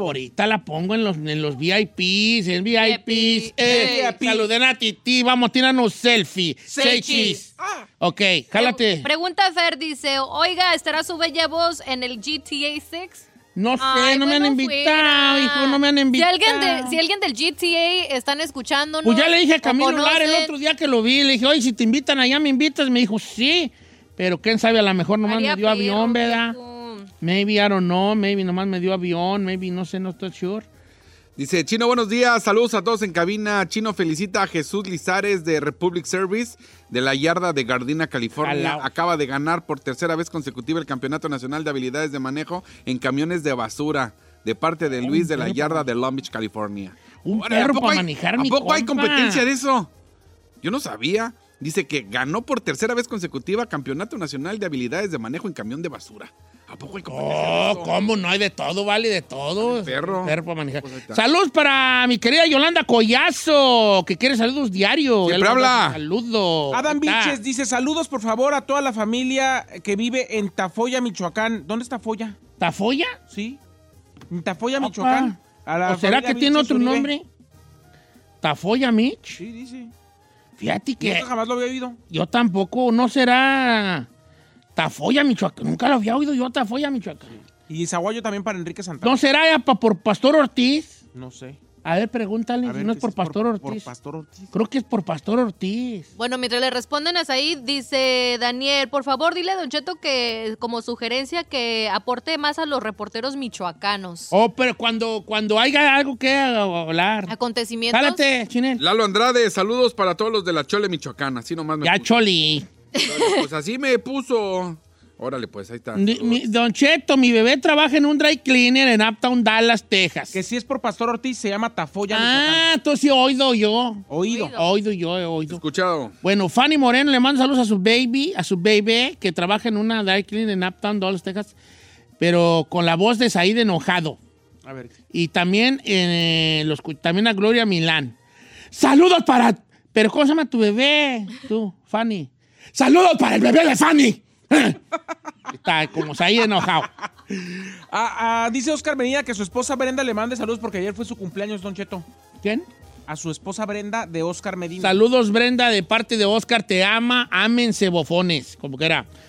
la pongo en los VIPs, en VIPs. Saluden a Titi, vamos, tíranos selfie. Sechis. Ok, jálate. Pregunta Fer, dice, oiga, ¿estará su bella voz en el GTA 6? No sé, no me han invitado, hijo, no me han invitado. Si alguien del GTA están escuchándonos. Pues ya le dije a Camilo Lara el otro día que lo vi, le dije, oye, si te invitan allá, ¿me invitas? Me dijo, sí, pero quién sabe, a lo mejor nomás me dio avión, ¿verdad? Maybe, I don't know, maybe nomás me dio avión, maybe, no sé, no estoy sure. Dice, Chino, buenos días, saludos a todos en cabina. Chino felicita a Jesús Lizares de Republic Service de la yarda de Gardena, California. Acaba de ganar por tercera vez consecutiva el Campeonato Nacional de Habilidades de Manejo en camiones de basura de parte de Luis de la yarda de Long Beach, California. Un perro para manejar mi compa. ¿A poco hay competencia de eso? Yo no sabía. Dice que ganó por tercera vez consecutiva Campeonato Nacional de Habilidades de Manejo en camión de basura. ¿A poco hay competencia de eso? ¿Cómo? No hay de todo, vale, de todo. Perro. Perro para manejar. Pues saludos para mi querida Yolanda Collazo, que quiere saludos diarios. Siempre habla. Saludos. Adam Vilches dice, saludos por favor a toda la familia que vive en Tafoya, Michoacán. ¿Dónde está Tafoya? ¿Tafoya? Sí. En Tafoya, Michoacán. ¿O será que tiene otro nombre? ¿Tafoya, Mich? Sí, dice. Fíjate que... Yo jamás lo había oído. Yo tampoco, no será... Tafoya, Michoacán. Nunca lo había oído yo, Tafoya, Michoacán. Y Zaguayo también para Enrique Santana. ¿No será ya por Pastor Ortiz? No sé. A ver, pregúntale si no es por Pastor Ortiz. Por Pastor Ortiz. Creo que es por Pastor Ortiz. Bueno, mientras le responden a Said, dice Daniel, por favor, dile a Don Cheto que, como sugerencia, que aporte más a los reporteros michoacanos. Oh, pero cuando haya algo que hablar. Acontecimientos. Jálate, Chinel. Lalo Andrade, saludos para todos los de la Chole, Michoacán. Así nomás me Ya, puso. Choli. Pues así me puso. Órale, pues, ahí está. Don Cheto, mi bebé trabaja en un dry cleaner en Uptown, Dallas, Texas. Que si es por Pastor Ortiz, se llama Tafoya, Michoacán. Entonces sí he oído yo. Oído. He oído. Escuchado. Bueno, Fanny Moreno le manda saludos a su baby, que trabaja en una dry cleaner en Uptown, Dallas, Texas, pero con la voz de Said enojado. A ver. Y también, también a Gloria Milán. ¡Saludos para... ¿Pero cómo se llama tu bebé? Tú, Fanny. ¡Saludos para el bebé de Fanny! Está como Said enojado. Dice Oscar Medina que su esposa Brenda le mande saludos porque ayer fue su cumpleaños, Don Cheto. ¿Quién? A su esposa Brenda de Oscar Medina. Saludos, Brenda, de parte de Oscar. Te ama. Ámense, bofones. Como que era.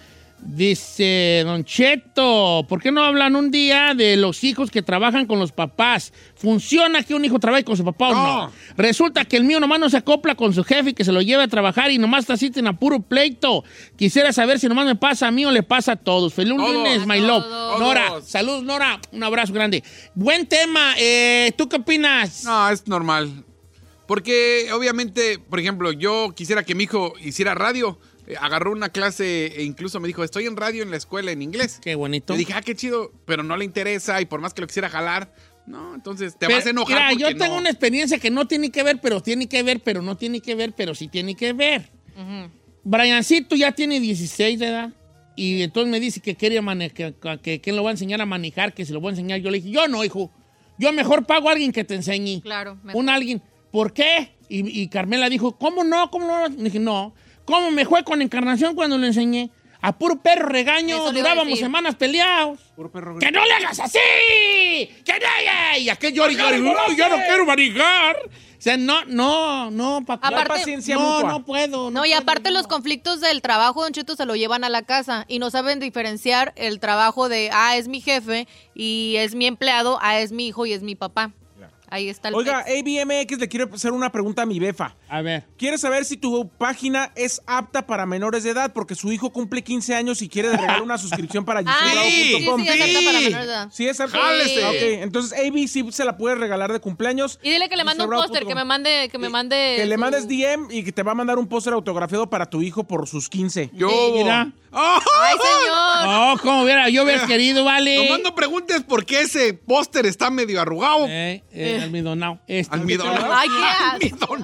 Dice Don Cheto, ¿por qué no hablan un día de los hijos que trabajan con los papás? ¿Funciona que un hijo trabaje con su papá o no? Resulta que el mío nomás no se acopla con su jefe y que se lo lleva a trabajar y nomás está así en puro pleito. Quisiera saber si nomás me pasa a mí o le pasa a todos. Feliz lunes, my love. Nora, saludos, Nora. Un abrazo grande. Buen tema. ¿Tú qué opinas? No, es normal. Porque obviamente, por ejemplo, yo quisiera que mi hijo hiciera radio. Agarró una clase e incluso me dijo, estoy en radio en la escuela en inglés. Qué bonito. Le dije, qué chido, pero no le interesa y por más que lo quisiera jalar, no, entonces te vas a enojar. Mira, yo tengo una experiencia que no tiene que ver, pero tiene que ver, pero no tiene que ver, pero sí tiene que ver. Briancito ya tiene 16 de edad y entonces me dice que quería que lo va a enseñar a manejar, que se lo voy a enseñar. Yo le dije, yo no, hijo, yo mejor pago a alguien que te enseñe. Claro. Alguien. ¿Por qué? Y Carmela dijo, ¿cómo no? Le dije, no. ¿Cómo me fue con Encarnación cuando le enseñé? A puro perro regaño, durábamos semanas peleados. ¡Que no le hagas así! ¡Que no! Y aquel yo no quiero manejar. O sea, no, Paco. Aparte, no puedo. No, y aparte los conflictos del trabajo, Don Cheto, se lo llevan a la casa y no saben diferenciar el trabajo de, es mi jefe y es mi empleado, es mi hijo y es mi papá. Ahí está el Oiga, ABMX, le quiero hacer una pregunta a mi befa. A ver. Quiere saber si tu página es apta para menores de edad, porque su hijo cumple 15 años y quiere regalar una suscripción para giselbravo.com. Sí, es apta para menores de edad. Sí, es apta. ¡Jálese! Ok, entonces AB sí se la puede regalar de cumpleaños. Y dile que le mande un póster, que me mande... Que le mandes DM y que te va a mandar un póster autografiado para tu hijo por sus 15. Mira. ¡Ay, señor! No, como yo hubiera querido, vale. Nomás no preguntes por qué ese póster está medio arrugado. Almidonado. Almidonado. ¡Ay, qué asco!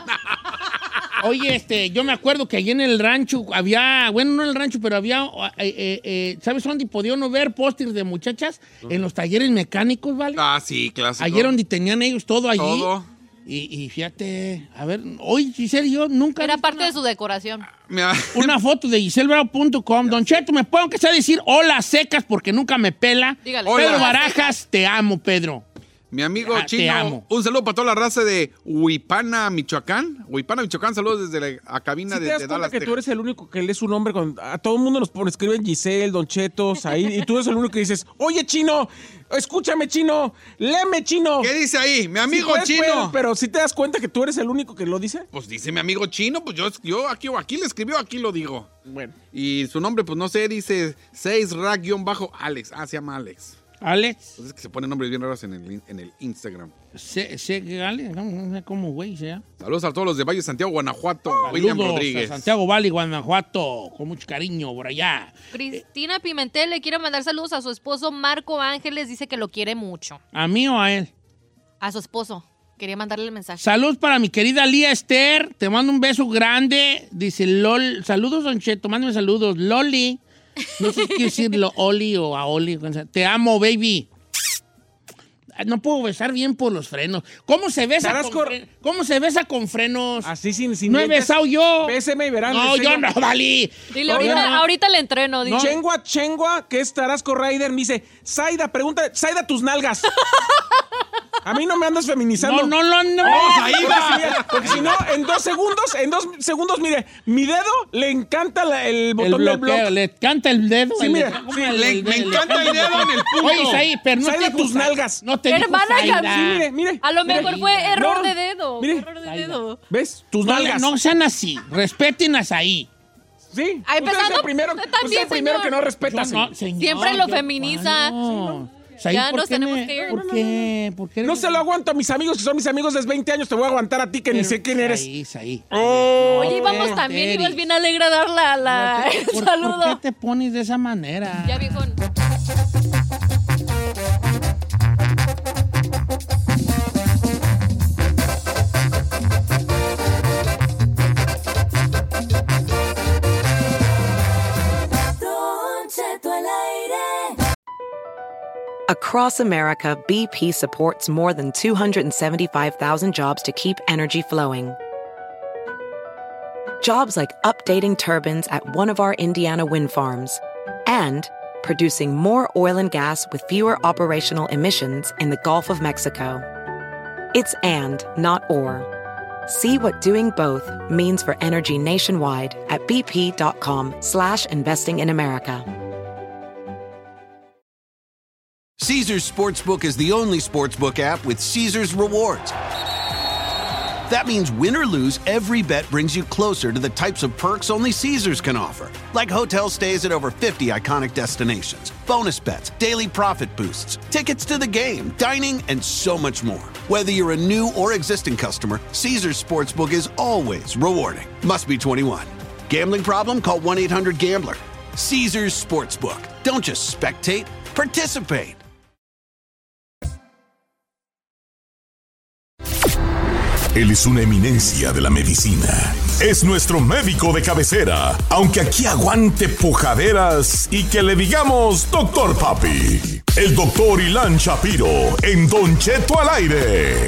Oye, yo me acuerdo que allí en el rancho había, bueno, no en el rancho, pero había, ¿sabes dónde podía uno ver pósters de muchachas? En los talleres mecánicos, ¿vale? Ah, sí, clásico. Ayer donde tenían ellos todo allí. Todo. Y fíjate, a ver, hoy Giselle yo nunca... Era parte de su decoración. Una foto de giselbravo.com. Don Cheto, ¿me puedo aunque sea decir hola secas porque nunca me pela? Dígale. Pedro Hola. Barajas, te amo, Pedro. Mi amigo Chino, te amo. un saludo para toda la raza de Huipana, Michoacán. Huipana, Michoacán, saludos desde la cabina ¿Sí te das de cuenta Dallas, que Texas. tú eres el único que lee su nombre? A todo el mundo nos escriben Giselle, Don Chetos, ahí, y tú eres el único que dices, oye, Chino, escúchame, Chino, léeme, Chino. ¿Qué dice ahí? Mi amigo Sí, Chino. pero ¿sí te das cuenta que tú eres el único que lo dice? Pues dice mi amigo Chino, pues yo aquí le escribió, aquí lo digo. Bueno. Y su nombre, pues no sé, dice 6-Alex. Se llama Alex. Alex. Pues es que se ponen nombres bien raros en el Instagram. Alex, no sé cómo, güey, sea. Saludos a todos los de Valle Santiago, Guanajuato. William Saludos Rodríguez. a Santiago Valle, Guanajuato, con mucho cariño por allá. Cristina Pimentel le quiere mandar saludos a su esposo Marco Ángeles, dice que lo quiere mucho. ¿A mí o a él? A su esposo. Quería mandarle el mensaje. Saludos para mi querida Lía Esther. Te mando un beso grande. Dice LOL. Saludos, Don Cheto. Mándame saludos. Loli. No sé si quiero decirlo Oli o a Oli. Te amo, baby. No puedo besar bien por los frenos. ¿Cómo se besa con frenos? Así sin No he besado yo. Béseme y verán. No, yo no, valí. Dile, ahorita le entreno. No. Chengua, que es Tarasco Rider, me dice, Zaida, Zaida, tus nalgas. A mí no me andas feminizando. No. Ahí va. Porque si no, en 2 segundos, mire, mi dedo le encanta el botón del bloqueo. Le encanta el dedo. Sí, mire. Me encanta el dedo en el punto. Oye, ahí, pero no Zaida, te tus nalgas. No te Hermana, sí, mire. A lo mejor fue error de dedo. Mire. Error de dedo. ¿Ves? Tus nalgas. No sean así. Respétenlas ahí. Sí. Ahí Usted es el primero, que no respeta. No, señor, siempre lo feminiza. Ya nos tenemos que ir. ¿Por qué? No se lo aguanto a mis amigos, que son mis amigos desde 20 años. Te voy a aguantar a ti, que ni sé quién eres. Ahí. Oye, íbamos también, ibas bien alegre a dar el saludo. ¿Por qué te pones de esa manera? Ya, viejón. Across America, BP supports more than 275,000 jobs to keep energy flowing. Jobs like updating turbines at one of our Indiana wind farms and producing more oil and gas with fewer operational emissions in the Gulf of Mexico. It's and, not or. See what doing both means for energy nationwide at bp.com/investing in America. Caesars Sportsbook is the only sportsbook app with Caesars Rewards. That means win or lose, every bet brings you closer to the types of perks only Caesars can offer, like hotel stays at over 50 iconic destinations, bonus bets, daily profit boosts, tickets to the game, dining, and so much more. Whether you're a new or existing customer, Caesars Sportsbook is always rewarding. Must be 21. Gambling problem? Call 1-800-GAMBLER. Caesars Sportsbook. Don't just spectate, participate. Él es una eminencia de la medicina. Es nuestro médico de cabecera, aunque aquí aguante pujaderas y que le digamos Doctor Papi. El doctor Ilan Shapiro en Don Cheto al aire.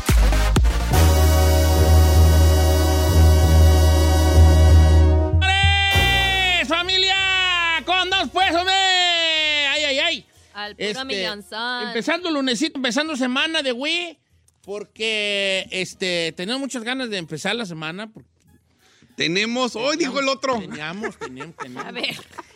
¡Familia! ¡Con dos pues, hombre! ¡Ay, ay, ay! Al pura millanzán. Empezando lunesito, empezando semana de Wii. Porque tenemos muchas ganas de empezar la semana. Tenemos, hoy dijo el otro. Teníamos. A ver.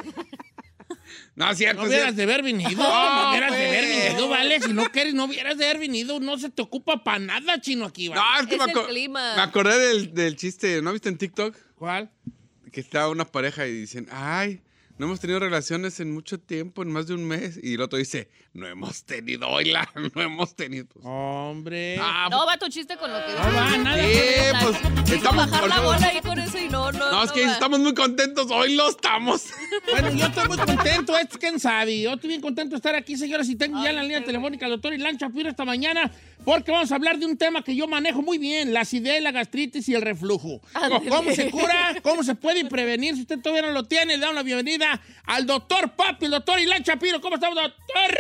No, es cierto. No hubieras de haber venido. No hubieras de haber venido, ¿vale? Si no quieres, no hubieras de haber venido. No se te ocupa para nada, chino, aquí, ¿vale? No, es que el clima. me acordé del chiste. ¿No viste en TikTok? ¿Cuál? Que está una pareja y dicen, ay, no hemos tenido relaciones en mucho tiempo, en más de un mes. Y el otro dice, no hemos tenido, oíla, no hemos tenido. Hombre. No va tu chiste con lo que no va nada. Pues estamos bajar la bola ahí con eso y no. No, es que estamos muy contentos, hoy lo estamos. Bueno, yo estoy muy contento, quién sabe. Yo estoy bien contento de estar aquí, señoras, y tengo ya en la línea telefónica al doctor Ilan Shapiro esta mañana, porque vamos a hablar de un tema que yo manejo muy bien, la acidez, la gastritis y el reflujo. ¿Cómo se cura? ¿Cómo se puede prevenir? Si usted todavía no lo tiene, le damos la bienvenida al doctor Papi, el doctor Ilan Shapiro. ¿Cómo estamos, doctor?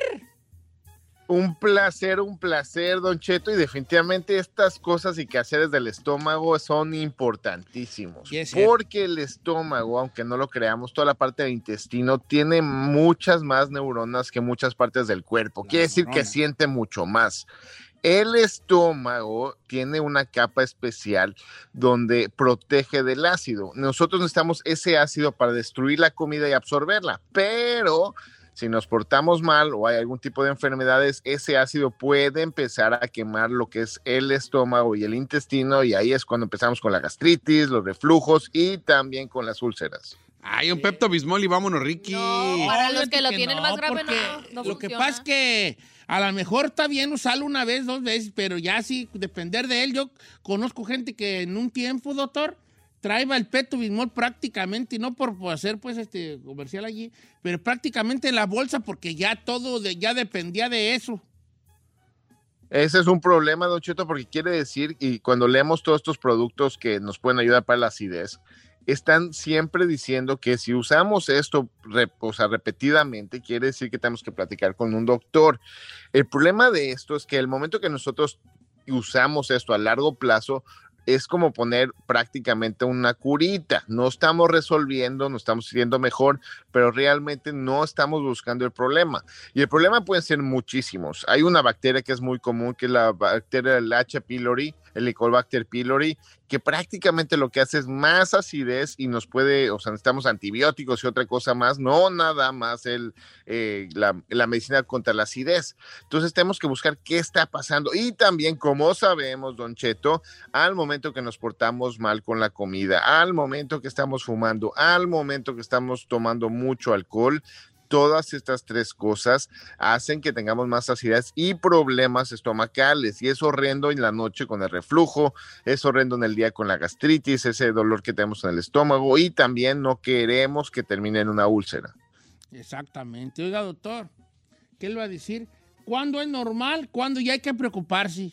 Un placer, Don Cheto, y definitivamente estas cosas y quehaceres del estómago son importantísimos, porque el estómago, aunque no lo creamos, toda la parte del intestino tiene muchas más neuronas que muchas partes del cuerpo, quiere decir que siente mucho más. El estómago tiene una capa especial donde protege del ácido. Nosotros necesitamos ese ácido para destruir la comida y absorberla, pero si nos portamos mal o hay algún tipo de enfermedades, ese ácido puede empezar a quemar lo que es el estómago y el intestino, y ahí es cuando empezamos con la gastritis, los reflujos y también con las úlceras. Ay, un Pepto-Bismol y vámonos, Ricky. No, para los que lo tienen más grave no lo que pasa es que a lo mejor está bien usarlo una vez, 2 veces, pero ya sí, depender de él. Yo conozco gente que en un tiempo, doctor, traía el Pepto-Bismol prácticamente, y no por hacer pues comercial allí, pero prácticamente en la bolsa, porque ya todo ya dependía de eso. Ese es un problema, Don Cheto, porque quiere decir, y cuando leemos todos estos productos que nos pueden ayudar para la acidez, están siempre diciendo que si usamos esto repetidamente, quiere decir que tenemos que platicar con un doctor. El problema de esto es que el momento que nosotros usamos esto a largo plazo, es como poner prácticamente una curita. No estamos resolviendo, no estamos siendo mejor, pero realmente no estamos buscando el problema. Y el problema pueden ser muchísimos. Hay una bacteria que es muy común, que es la bacteria del H. pylori, el Helicobacter pylori, que prácticamente lo que hace es más acidez y nos puede, necesitamos antibióticos y otra cosa más, no nada más la medicina contra la acidez. Entonces tenemos que buscar qué está pasando. Y también, como sabemos, Don Cheto, al momento que nos portamos mal con la comida, al momento que estamos fumando, al momento que estamos tomando mucho alcohol, todas estas 3 cosas hacen que tengamos más acidez y problemas estomacales, y es horrendo en la noche con el reflujo, es horrendo en el día con la gastritis, ese dolor que tenemos en el estómago, y también no queremos que termine en una úlcera. Exactamente. Oiga, doctor, ¿qué le va a decir? ¿Cuándo es normal? ¿Cuándo ya hay que preocuparse?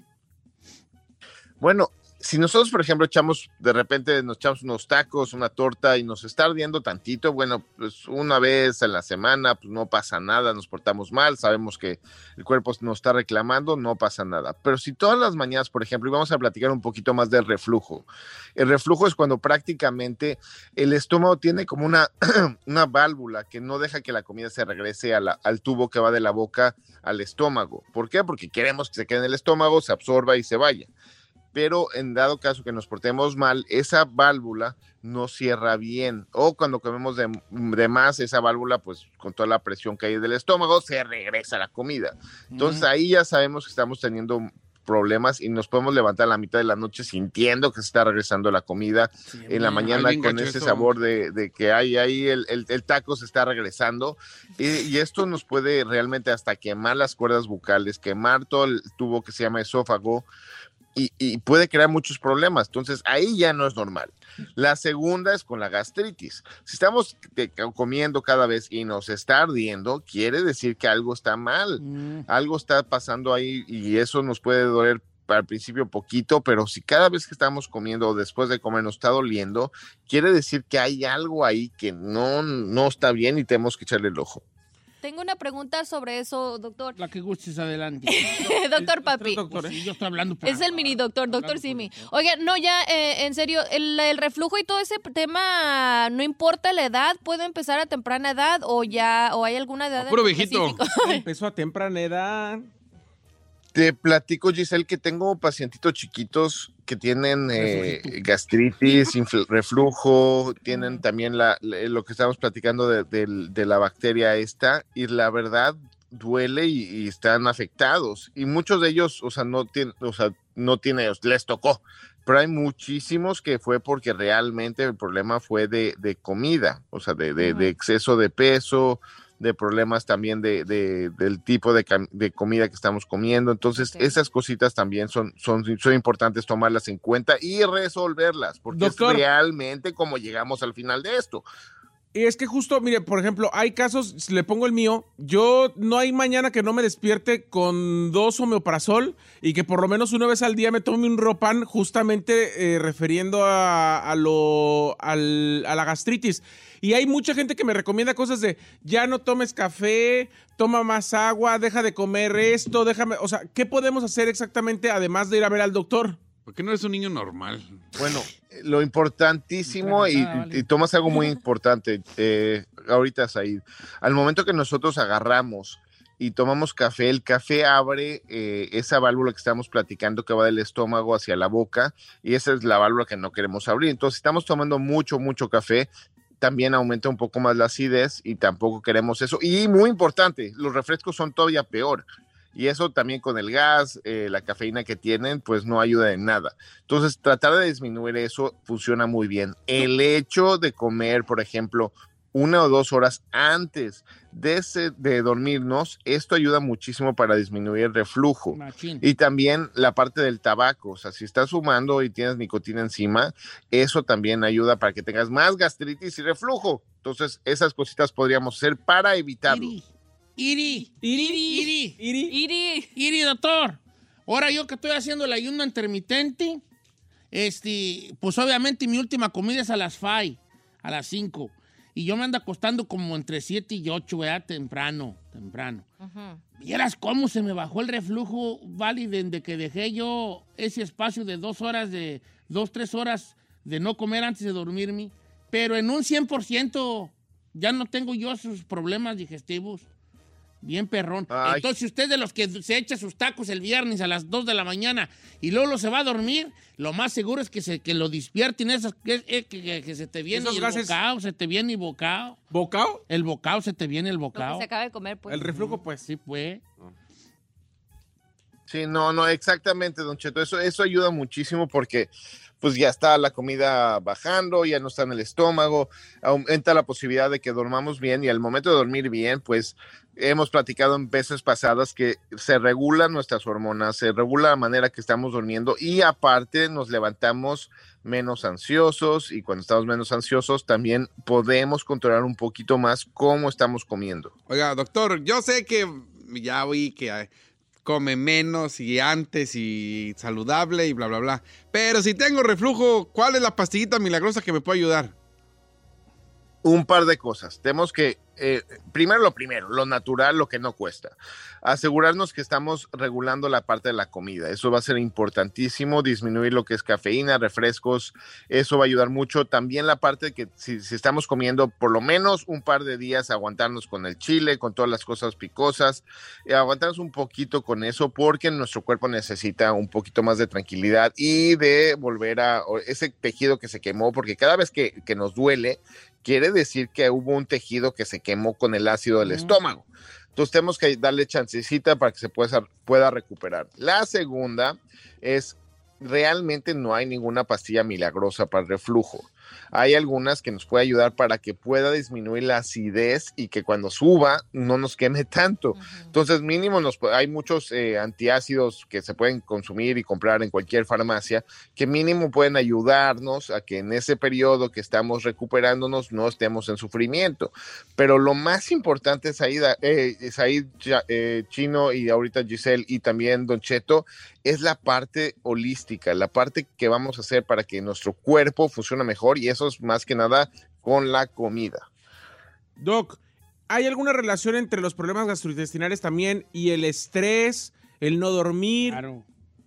Bueno, si nosotros, por ejemplo, de repente nos echamos unos tacos, una torta y nos está ardiendo tantito, bueno, pues una vez a la semana, pues no pasa nada, nos portamos mal, sabemos que el cuerpo nos está reclamando, no pasa nada. Pero si todas las mañanas, por ejemplo, y vamos a platicar un poquito más del reflujo. El reflujo es cuando prácticamente el estómago tiene como una válvula que no deja que la comida se regrese al tubo que va de la boca al estómago. ¿Por qué? Porque queremos que se quede en el estómago, se absorba y se vaya. pero en dado caso que nos portemos mal, esa válvula no cierra bien, o cuando comemos de más, esa válvula, pues con toda la presión que hay del estómago, se regresa la comida. Entonces ahí ya sabemos que estamos teniendo problemas y nos podemos levantar a la mitad de la noche sintiendo que se está regresando la comida, en la mañana con ese sabor de que hay ahí el taco se está regresando, y esto nos puede realmente hasta quemar las cuerdas bucales, quemar todo el tubo que se llama esófago, y puede crear muchos problemas. Entonces ahí ya no es normal. La segunda es con la gastritis. Si estamos comiendo cada vez y nos está ardiendo, quiere decir que algo está mal, algo está pasando ahí, y eso nos puede doler al principio poquito, pero si cada vez que estamos comiendo o después de comer nos está doliendo, quiere decir que hay algo ahí que no está bien y tenemos que echarle el ojo. Tengo una pregunta sobre eso, doctor. La que gustes, adelante. Doctor Papi. Sí, yo estoy hablando. Es el mini doctor Simi. Oiga, no, ya, en serio, el reflujo y todo ese tema, no importa la edad, ¿puedo empezar a temprana edad o hay alguna edad? Puro viejito. Empezó a temprana edad. Te platico, Giselle, que tengo pacientitos chiquitos que tienen gastritis, reflujo, tienen también lo que estamos platicando de la bacteria esta, y la verdad duele y están afectados. Y muchos de ellos, les tocó. Pero hay muchísimos que fue porque realmente el problema fue de comida, de exceso de peso, de problemas también del tipo de comida que estamos comiendo. Entonces, esas cositas también son importantes tomarlas en cuenta y resolverlas, porque doctor, es realmente como llegamos al final de esto. Y es que justo, mire, por ejemplo, hay casos, le pongo el mío, yo no hay mañana que no me despierte con 2 omeprazol y que por lo menos una vez al día me tome un Ropan, justamente refiriendo a la gastritis. Y hay mucha gente que me recomienda cosas de, ya no tomes café, toma más agua, deja de comer esto, ¿qué podemos hacer exactamente además de ir a ver al doctor? ¿Por qué no eres un niño normal? Bueno, lo importantísimo, y tomas algo muy importante, ahorita, Said, al momento que nosotros agarramos y tomamos café, el café abre esa válvula que estamos platicando que va del estómago hacia la boca, y esa es la válvula que no queremos abrir. Entonces, si estamos tomando mucho café, también aumenta un poco más la acidez y tampoco queremos eso. Y muy importante, los refrescos son todavía peor. Y eso también con el gas, la cafeína que tienen, pues no ayuda en nada. Entonces, tratar de disminuir eso funciona muy bien. El hecho de comer, por ejemplo, 1 o 2 horas antes de dormirnos, esto ayuda muchísimo para disminuir el reflujo. Machín. Y también la parte del tabaco, si estás fumando y tienes nicotina encima, eso también ayuda para que tengas más gastritis y reflujo. Entonces, esas cositas podríamos hacer para evitarlo. Iri, doctor. Ahora yo que estoy haciendo el ayuno intermitente, pues obviamente mi última comida es a las 5, a las 5. Y yo me ando acostando como entre 7 y 8, ¿verdad? Temprano. Uh-huh. ¿Vieras cómo se me bajó el reflujo, Vali, desde que dejé yo ese espacio de 2 horas, 3 horas de no comer antes de dormirme? Pero en un 100% ya no tengo yo esos problemas digestivos. Bien perrón. Ay. Entonces, si usted de los que se echa sus tacos el viernes a las 2 de la mañana y luego se va a dormir, lo más seguro es que lo despierten esas, que se te viene el bocado, se te viene el bocado. ¿Bocado? El bocado, se te viene el bocado. Lo que se acaba de comer, pues. El reflujo, pues. Sí, pues. Sí, no, exactamente, Don Cheto. Eso ayuda muchísimo porque pues ya está la comida bajando, ya no está en el estómago, aumenta la posibilidad de que dormamos bien, y al momento de dormir bien, pues hemos platicado en veces pasadas que se regulan nuestras hormonas, se regula la manera que estamos durmiendo, y aparte nos levantamos menos ansiosos, y cuando estamos menos ansiosos también podemos controlar un poquito más cómo estamos comiendo. Oiga, doctor, yo sé que ya oí que come menos y antes y saludable y bla, bla, bla. Pero si tengo reflujo, ¿cuál es la pastillita milagrosa que me puede ayudar? Un par de cosas. Tenemos que primero, lo natural, lo que no cuesta. Asegurarnos que estamos regulando la parte de la comida. Eso va a ser importantísimo, disminuir lo que es cafeína, refrescos, eso va a ayudar mucho. También la parte de que si estamos comiendo por lo menos un par de días, aguantarnos con el chile, con todas las cosas picosas, aguantarnos un poquito con eso porque nuestro cuerpo necesita un poquito más de tranquilidad y de volver a ese tejido que se quemó, porque cada vez que nos duele, quiere decir que hubo un tejido que se quemó con el ácido del estómago. Entonces tenemos que darle chancecita para que se pueda recuperar. La segunda es, realmente no hay ninguna pastilla milagrosa para el reflujo. Hay algunas que nos pueden ayudar para que pueda disminuir la acidez y que cuando suba no nos queme tanto. Entonces mínimo hay muchos antiácidos que se pueden consumir y comprar en cualquier farmacia que mínimo pueden ayudarnos a que en ese periodo que estamos recuperándonos no estemos en sufrimiento. Pero lo más importante es ahí Chino y ahorita Giselle y también Don Cheto, es la parte holística, la parte que vamos a hacer para que nuestro cuerpo funcione mejor, y eso es más que nada con la comida. Doc, ¿hay alguna relación entre los problemas gastrointestinales también y el estrés, el no dormir? Claro.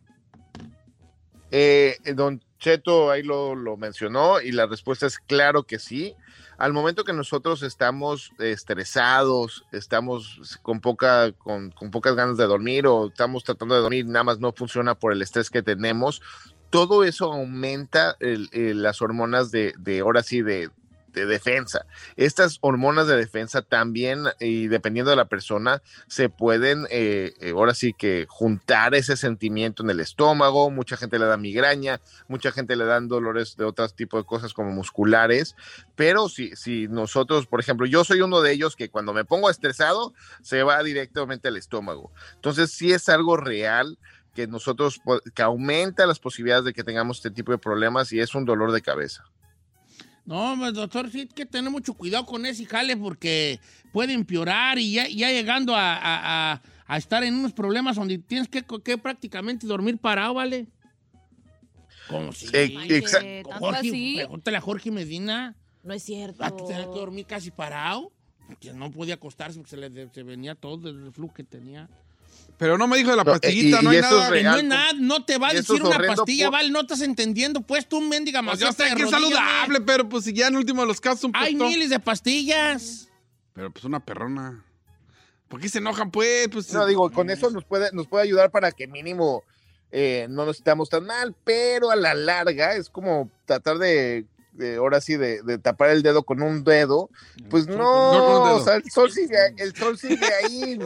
Don Cheto ahí lo mencionó y la respuesta es claro que sí. Al momento que nosotros estamos estresados, estamos con pocas ganas de dormir o estamos tratando de dormir, nada más no funciona por el estrés que tenemos, todo eso aumenta las hormonas de defensa. Estas hormonas de defensa también, y dependiendo de la persona, se pueden ahora sí que juntar ese sentimiento en el estómago. Mucha gente le da migraña, mucha gente le dan dolores de otros tipos de cosas como musculares, pero si nosotros, por ejemplo, yo soy uno de ellos que cuando me pongo estresado se va directamente al estómago. Entonces sí es algo real que aumenta las posibilidades de que tengamos este tipo de problemas y es un dolor de cabeza. No, pues, doctor, sí hay que tener mucho cuidado con ese jale porque puede empeorar y ya llegando a estar en unos problemas donde tienes que prácticamente dormir parado, ¿vale? Como si... Pregúntale a Jorge Medina. No es cierto. Tenía que dormir casi parado, que no podía acostarse porque se venía todo el reflujo que tenía. Pero no me dijo de la pastillita, no hay nada. No es nada, no te va a decir una pastilla, ¿vale? No estás entendiendo, pues tú, mendiga más. Yo sé que es saludable, pero pues ya en último de los casos un poco. Hay miles de pastillas. Pero pues una perrona. ¿Por qué se enojan, pues? No, digo, con eso nos puede ayudar para que mínimo no nos estamos tan mal, pero a la larga es como tratar de tapar el dedo con un dedo. Pues no, o sea, el sol sigue ahí,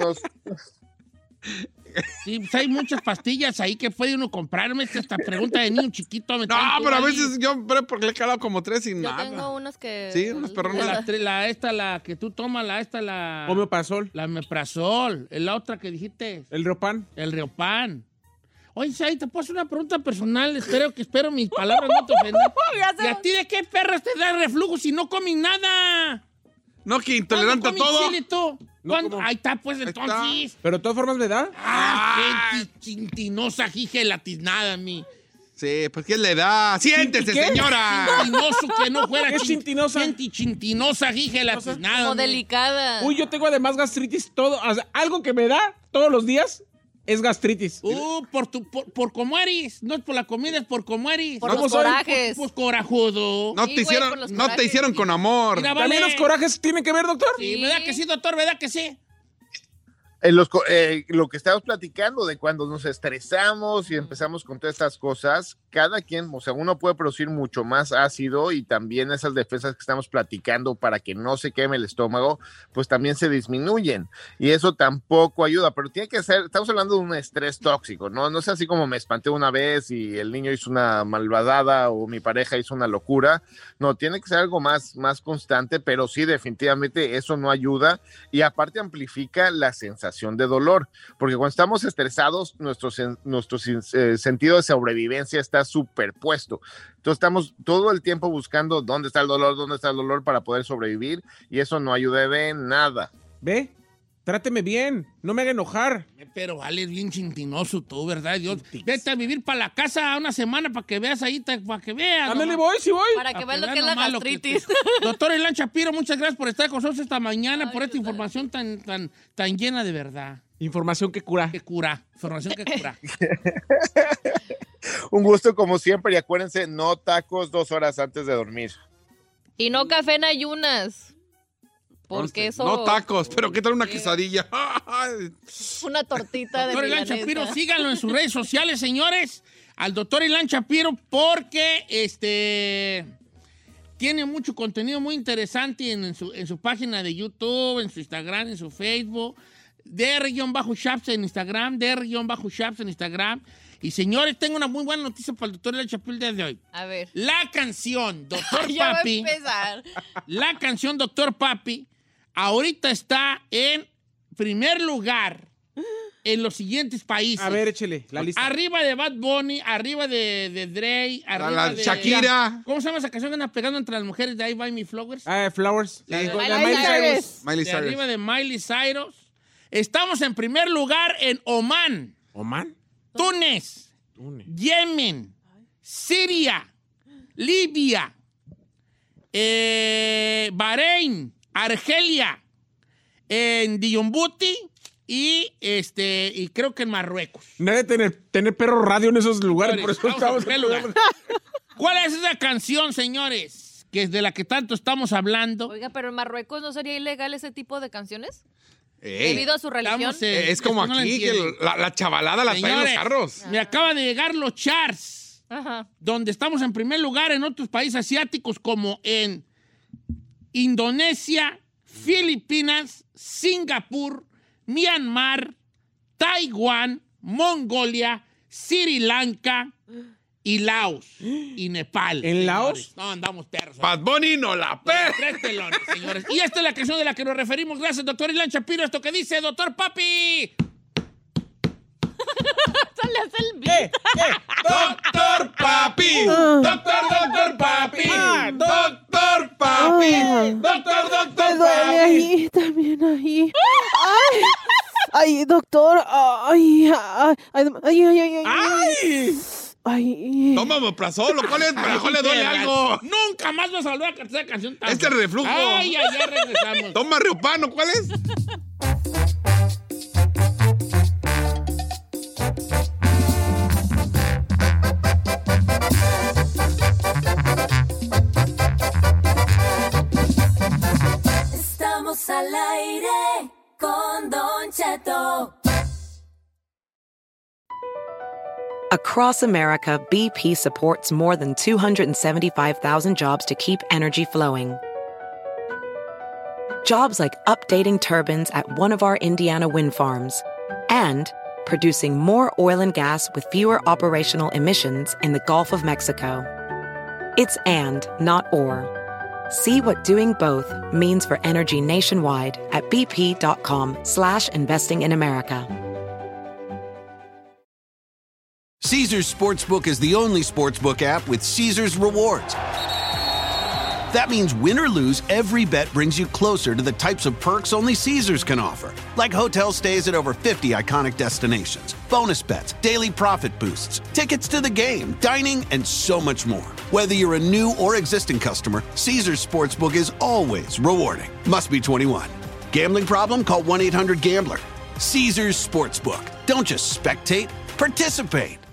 Sí, pues hay muchas pastillas ahí que puede uno comprarme. Esta pregunta de niño chiquito. No, pero a veces porque le he calado como 3 sin nada. Yo tengo unos que... Sí, unas perronas. La que tú tomas, la... Omeprazol. La omeprazol. La otra que dijiste. El Riopan. El Riopan. Oye, ahí te puedo hacer una pregunta personal. Espero mis palabras no te ofendan. ¿Y a ti de qué perras te da reflujo si no comes nada? No, que intolerante a todo. Chile, tú? Ahí está, pues, entonces. Pero de todas formas me da. Gente chintinosa, gelatinada, mi. Sí, pues ¿qué le da? ¡Siéntese, señora! Chintinoso que no fuera. ¿Es chintinosa? Gente chintinosa, gelatinada. Como delicada. Uy, yo tengo además gastritis todo. O sea, algo que me da todos los días es gastritis. Por cómo eres. No es por la comida, es por cómo eres. Por los corajes. Pues corajudo. No te hicieron con amor. Mira, ¿También los corajes tienen que ver, doctor? Sí, ¿verdad que sí, doctor? ¿Verdad que sí? Lo que estamos platicando de cuando nos estresamos y empezamos con todas estas cosas, cada quien, o sea, uno puede producir mucho más ácido y también esas defensas que estamos platicando para que no se queme el estómago, pues también se disminuyen y eso tampoco ayuda, pero tiene que ser, estamos hablando de un estrés tóxico, ¿no? No es así como me espanté una vez y el niño hizo una malvadada o mi pareja hizo una locura, no, tiene que ser algo más constante, pero sí, definitivamente eso no ayuda y aparte amplifica la sensación de dolor, porque cuando estamos estresados, nuestro sentido de sobrevivencia está superpuesto. Entonces estamos todo el tiempo buscando dónde está el dolor para poder sobrevivir, y eso no ayuda de nada. ¿Ve? Tráteme bien, no me haga enojar. Pero vale, es bien chintinoso tú, ¿verdad, Dios? Vete a vivir para la casa una semana para que veas ahí, para que veas. Ándale, voy. Para que veas lo que es la gastritis. Doctor Ilan Shapiro, muchas gracias por estar con nosotros esta mañana, por esta información tan llena de verdad. Información que cura. Información que cura. Un gusto como siempre y acuérdense, no tacos 2 horas antes de dormir. Y no café en ayunas. Porque eso... No tacos, pero ¿qué tal una quesadilla? Una tortita de Doctor Ilan Shapiro, síganlo en sus redes sociales, señores. Al doctor Ilan Shapiro, porque tiene mucho contenido muy interesante en su página de YouTube, en su Instagram, en su Facebook. DR-Shaps en Instagram, DR-Shaps en Instagram. Y señores, tengo una muy buena noticia para el doctor Ilan Shapiro el día de hoy. A ver. La canción Doctor Ya Papi. va a empezar. La canción Doctor Papi ahorita está en primer lugar en los siguientes países. A ver, échele la lista. Arriba de Bad Bunny, arriba de Dre, arriba de Shakira. ¿Cómo se llama esa canción que anda pegando entre las mujeres de I Buy Me Flowers? Flowers. La de Miley Cyrus. Miley de Cyrus. arriba de Miley Cyrus. Estamos en primer lugar en Oman, ¿Oman? Túnez, Yemen, Siria, Libia, Bahrein, Argelia, en Djibouti y creo que en Marruecos. No debe tener perro radio en esos lugares, por eso Estamos estamos en primer lugar. ¿Cuál es esa canción, señores, que es de la que tanto estamos hablando? Oiga, pero en Marruecos ¿no sería ilegal ese tipo de canciones? Ey, Debido a su religión. es como no lo aquí, que entiendo. la chavalada la traen los Señores, carros. Me acaba de llegar los charts, Ajá. donde estamos en primer lugar en otros países asiáticos como en Indonesia, Filipinas, Singapur, Myanmar, Taiwán, Mongolia, Sri Lanka y Laos y Nepal. ¿En Laos? No, andamos perros. Bad Bunny no la per. 3 telones, señores. Y esta es la canción de la que nos referimos. Gracias, doctor Ilan Shapiro. Esto que dice Doctor Papi. Sale a hacer el beat. Doctor Papi. Doctor Papi. Doctor Papi. Doctor Me duele ahí, también ahí. ¡Ay! ¡Ay, doctor! ¡Ay! ¡Ay! ¡Ay! ¡Ay! ¡Ay! Ay. Toma omeprazol, ¿cuál es? Mejor le duele algo. Nunca más vas a volver a cantar esa canción. Este es reflujo. Ay, ya regresamos. Toma Riopano, ¿cuál es? Estamos al aire con Don Cheto. Across America, BP supports more than 275,000 jobs to keep energy flowing. Jobs like updating turbines at one of our Indiana wind farms and producing more oil and gas with fewer operational emissions in the Gulf of Mexico. It's and, not or. See what doing both means for energy nationwide at bp.com/investing in America. Caesars Sportsbook is the only sportsbook app with Caesars Rewards. That means win or lose, every bet brings you closer to the types of perks only Caesars can offer, like hotel stays at over 50 iconic destinations, bonus bets, daily profit boosts, tickets to the game, dining, and so much more. Whether you're a new or existing customer, Caesars Sportsbook is always rewarding. Must be 21. Gambling problem? Call 1-800-GAMBLER. Caesars Sportsbook. Don't just spectate, participate.